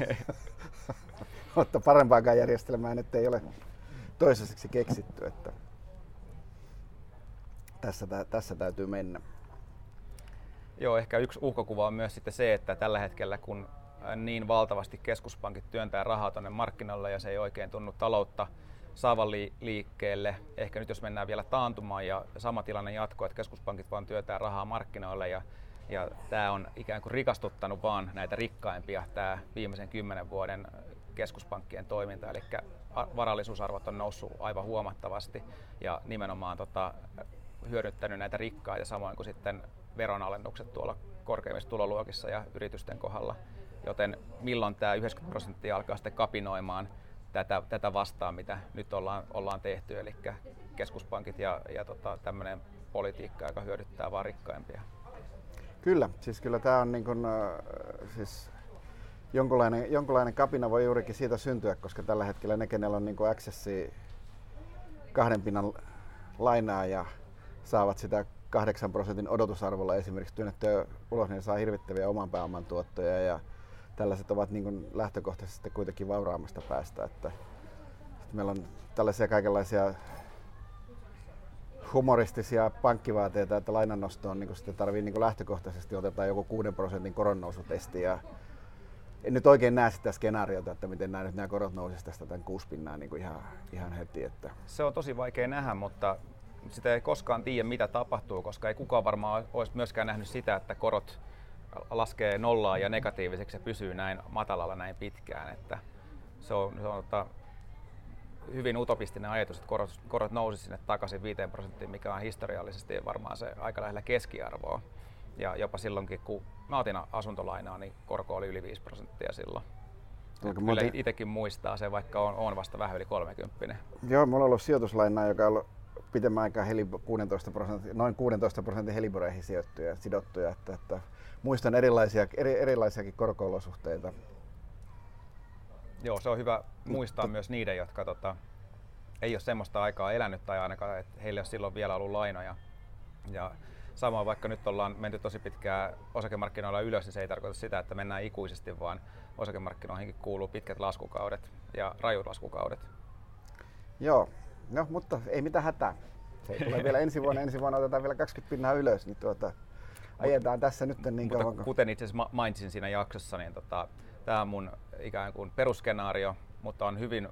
Mutta parempaakaan järjestelmää nyt ei ole toisaiseksi keksitty. Että tässä täytyy mennä. Joo, ehkä yksi uhkakuva on myös sitten se, että tällä hetkellä kun niin valtavasti keskuspankit työntää rahaa tuonne markkinoille ja se ei oikein tunnu taloutta saavan liikkeelle. Ehkä nyt jos mennään vielä taantumaan ja sama tilanne jatkuu, että keskuspankit vaan työntää rahaa markkinoille ja tämä on ikään kuin rikastuttanut vaan näitä rikkaimpia tämä viimeisen 10 vuoden keskuspankkien toiminta. Eli varallisuusarvot on noussut aivan huomattavasti ja nimenomaan hyödyttänyt näitä rikkaita samoin kuin sitten veronalennukset tuolla korkeimmissa tuloluokissa ja yritysten kohdalla. Joten milloin tämä 90% alkaa sitten kapinoimaan tätä vastaan, mitä nyt ollaan tehty, eli keskuspankit ja tämmöinen politiikka, joka hyödyttää vaan rikkaimpia. Kyllä, siis kyllä tämä on niin kuin, siis jonkunlainen kapina voi juurikin siitä syntyä, koska tällä hetkellä ne, kenellä on niin kuin accessi 2 pinnan lainaa ja saavat sitä 8% odotusarvolla esimerkiksi työnnettyä ulos, niin saa hirvittäviä oman pääoman tuottoja ja tällaiset ovat niin kuin lähtökohtaisesti kuitenkin vauraammasta päästä. Että meillä on tällaisia kaikenlaisia humoristisia pankkivaateita, että lainannostoon niin sitten tarvii niin lähtökohtaisesti otetaan joku 6% koronnousutesti. Ja en nyt oikein näe sitä skenaariota, että miten nämä korot nousisivat tästä tämän 6 pinnaa niin kuin ihan heti. Että se on tosi vaikea nähdä, mutta sitä ei koskaan tiedä, mitä tapahtuu, koska ei kukaan varmaan olisi myöskään nähnyt sitä, että korot laskee nollaan ja negatiiviseksi ja pysyy näin matalalla näin pitkään. Että se on hyvin utopistinen ajatus, että korot nousisivat sinne takaisin 5%, mikä on historiallisesti varmaan se aika lähellä keskiarvoa. Ja jopa silloinkin, kun mä otin asuntolainaa, niin korko oli yli 5% silloin. Kyllä itsekin muistaa se, vaikka on vasta vähän yli 30. Joo, mulla on ollut sijoituslainaa, joka on ollut pitemmän aikaa noin 16% heliboreihin sidottuja. Että muistan erilaisiakin korko-olosuhteita. Joo, se on hyvä muistaa myös niiden, jotka ei ole semmoista aikaa elänyt tai ainakaan, että heillä ei ole silloin vielä ollut lainoja. Ja samoin vaikka nyt ollaan menty tosi pitkään osakemarkkinoilla ylös, niin se ei tarkoita sitä, että mennään ikuisesti, vaan osakemarkkinoihinkin kuuluu pitkät laskukaudet ja rajut laskukaudet. Joo, no mutta ei mitään hätää. Se tulee vielä ensi vuonna otetaan vielä 20% ylös, niin ajetaan tässä nyt niin kauan. Kuten itse asiassa mainitsin siinä jaksossa, niin tämä on mun ikään kuin perusskenaario, mutta on hyvin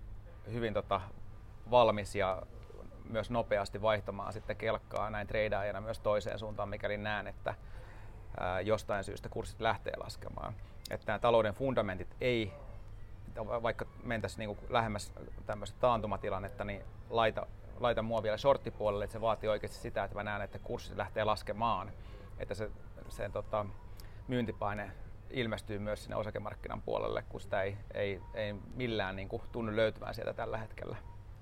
valmis ja myös nopeasti vaihtamaan sitten kelkkaa näin treidaajana myös toiseen suuntaan, mikäli näen, että jostain syystä kurssit lähtee laskemaan. Että nämä talouden fundamentit ei, vaikka mentäisiin niin kuin lähemmäs tämmöistä taantumatilannetta, niin laita mua vielä shorttipuolelle, että se vaatii oikeasti sitä, että mä näen, että kurssit lähtee laskemaan, että se myyntipaine ilmestyy myös sinne osakemarkkinan puolelle, kun sitä ei millään niin kuin tunnu löytyvän sieltä tällä hetkellä.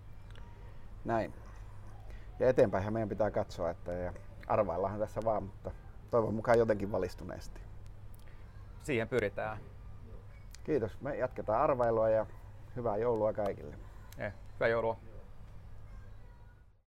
Näin. Ja eteenpäinhän meidän pitää katsoa, ja arvaillaanhan tässä vaan, mutta toivon mukaan jotenkin valistuneesti. Siihen pyritään. Kiitos. Me jatketaan arvailua ja hyvää joulua kaikille. Hyvää joulua.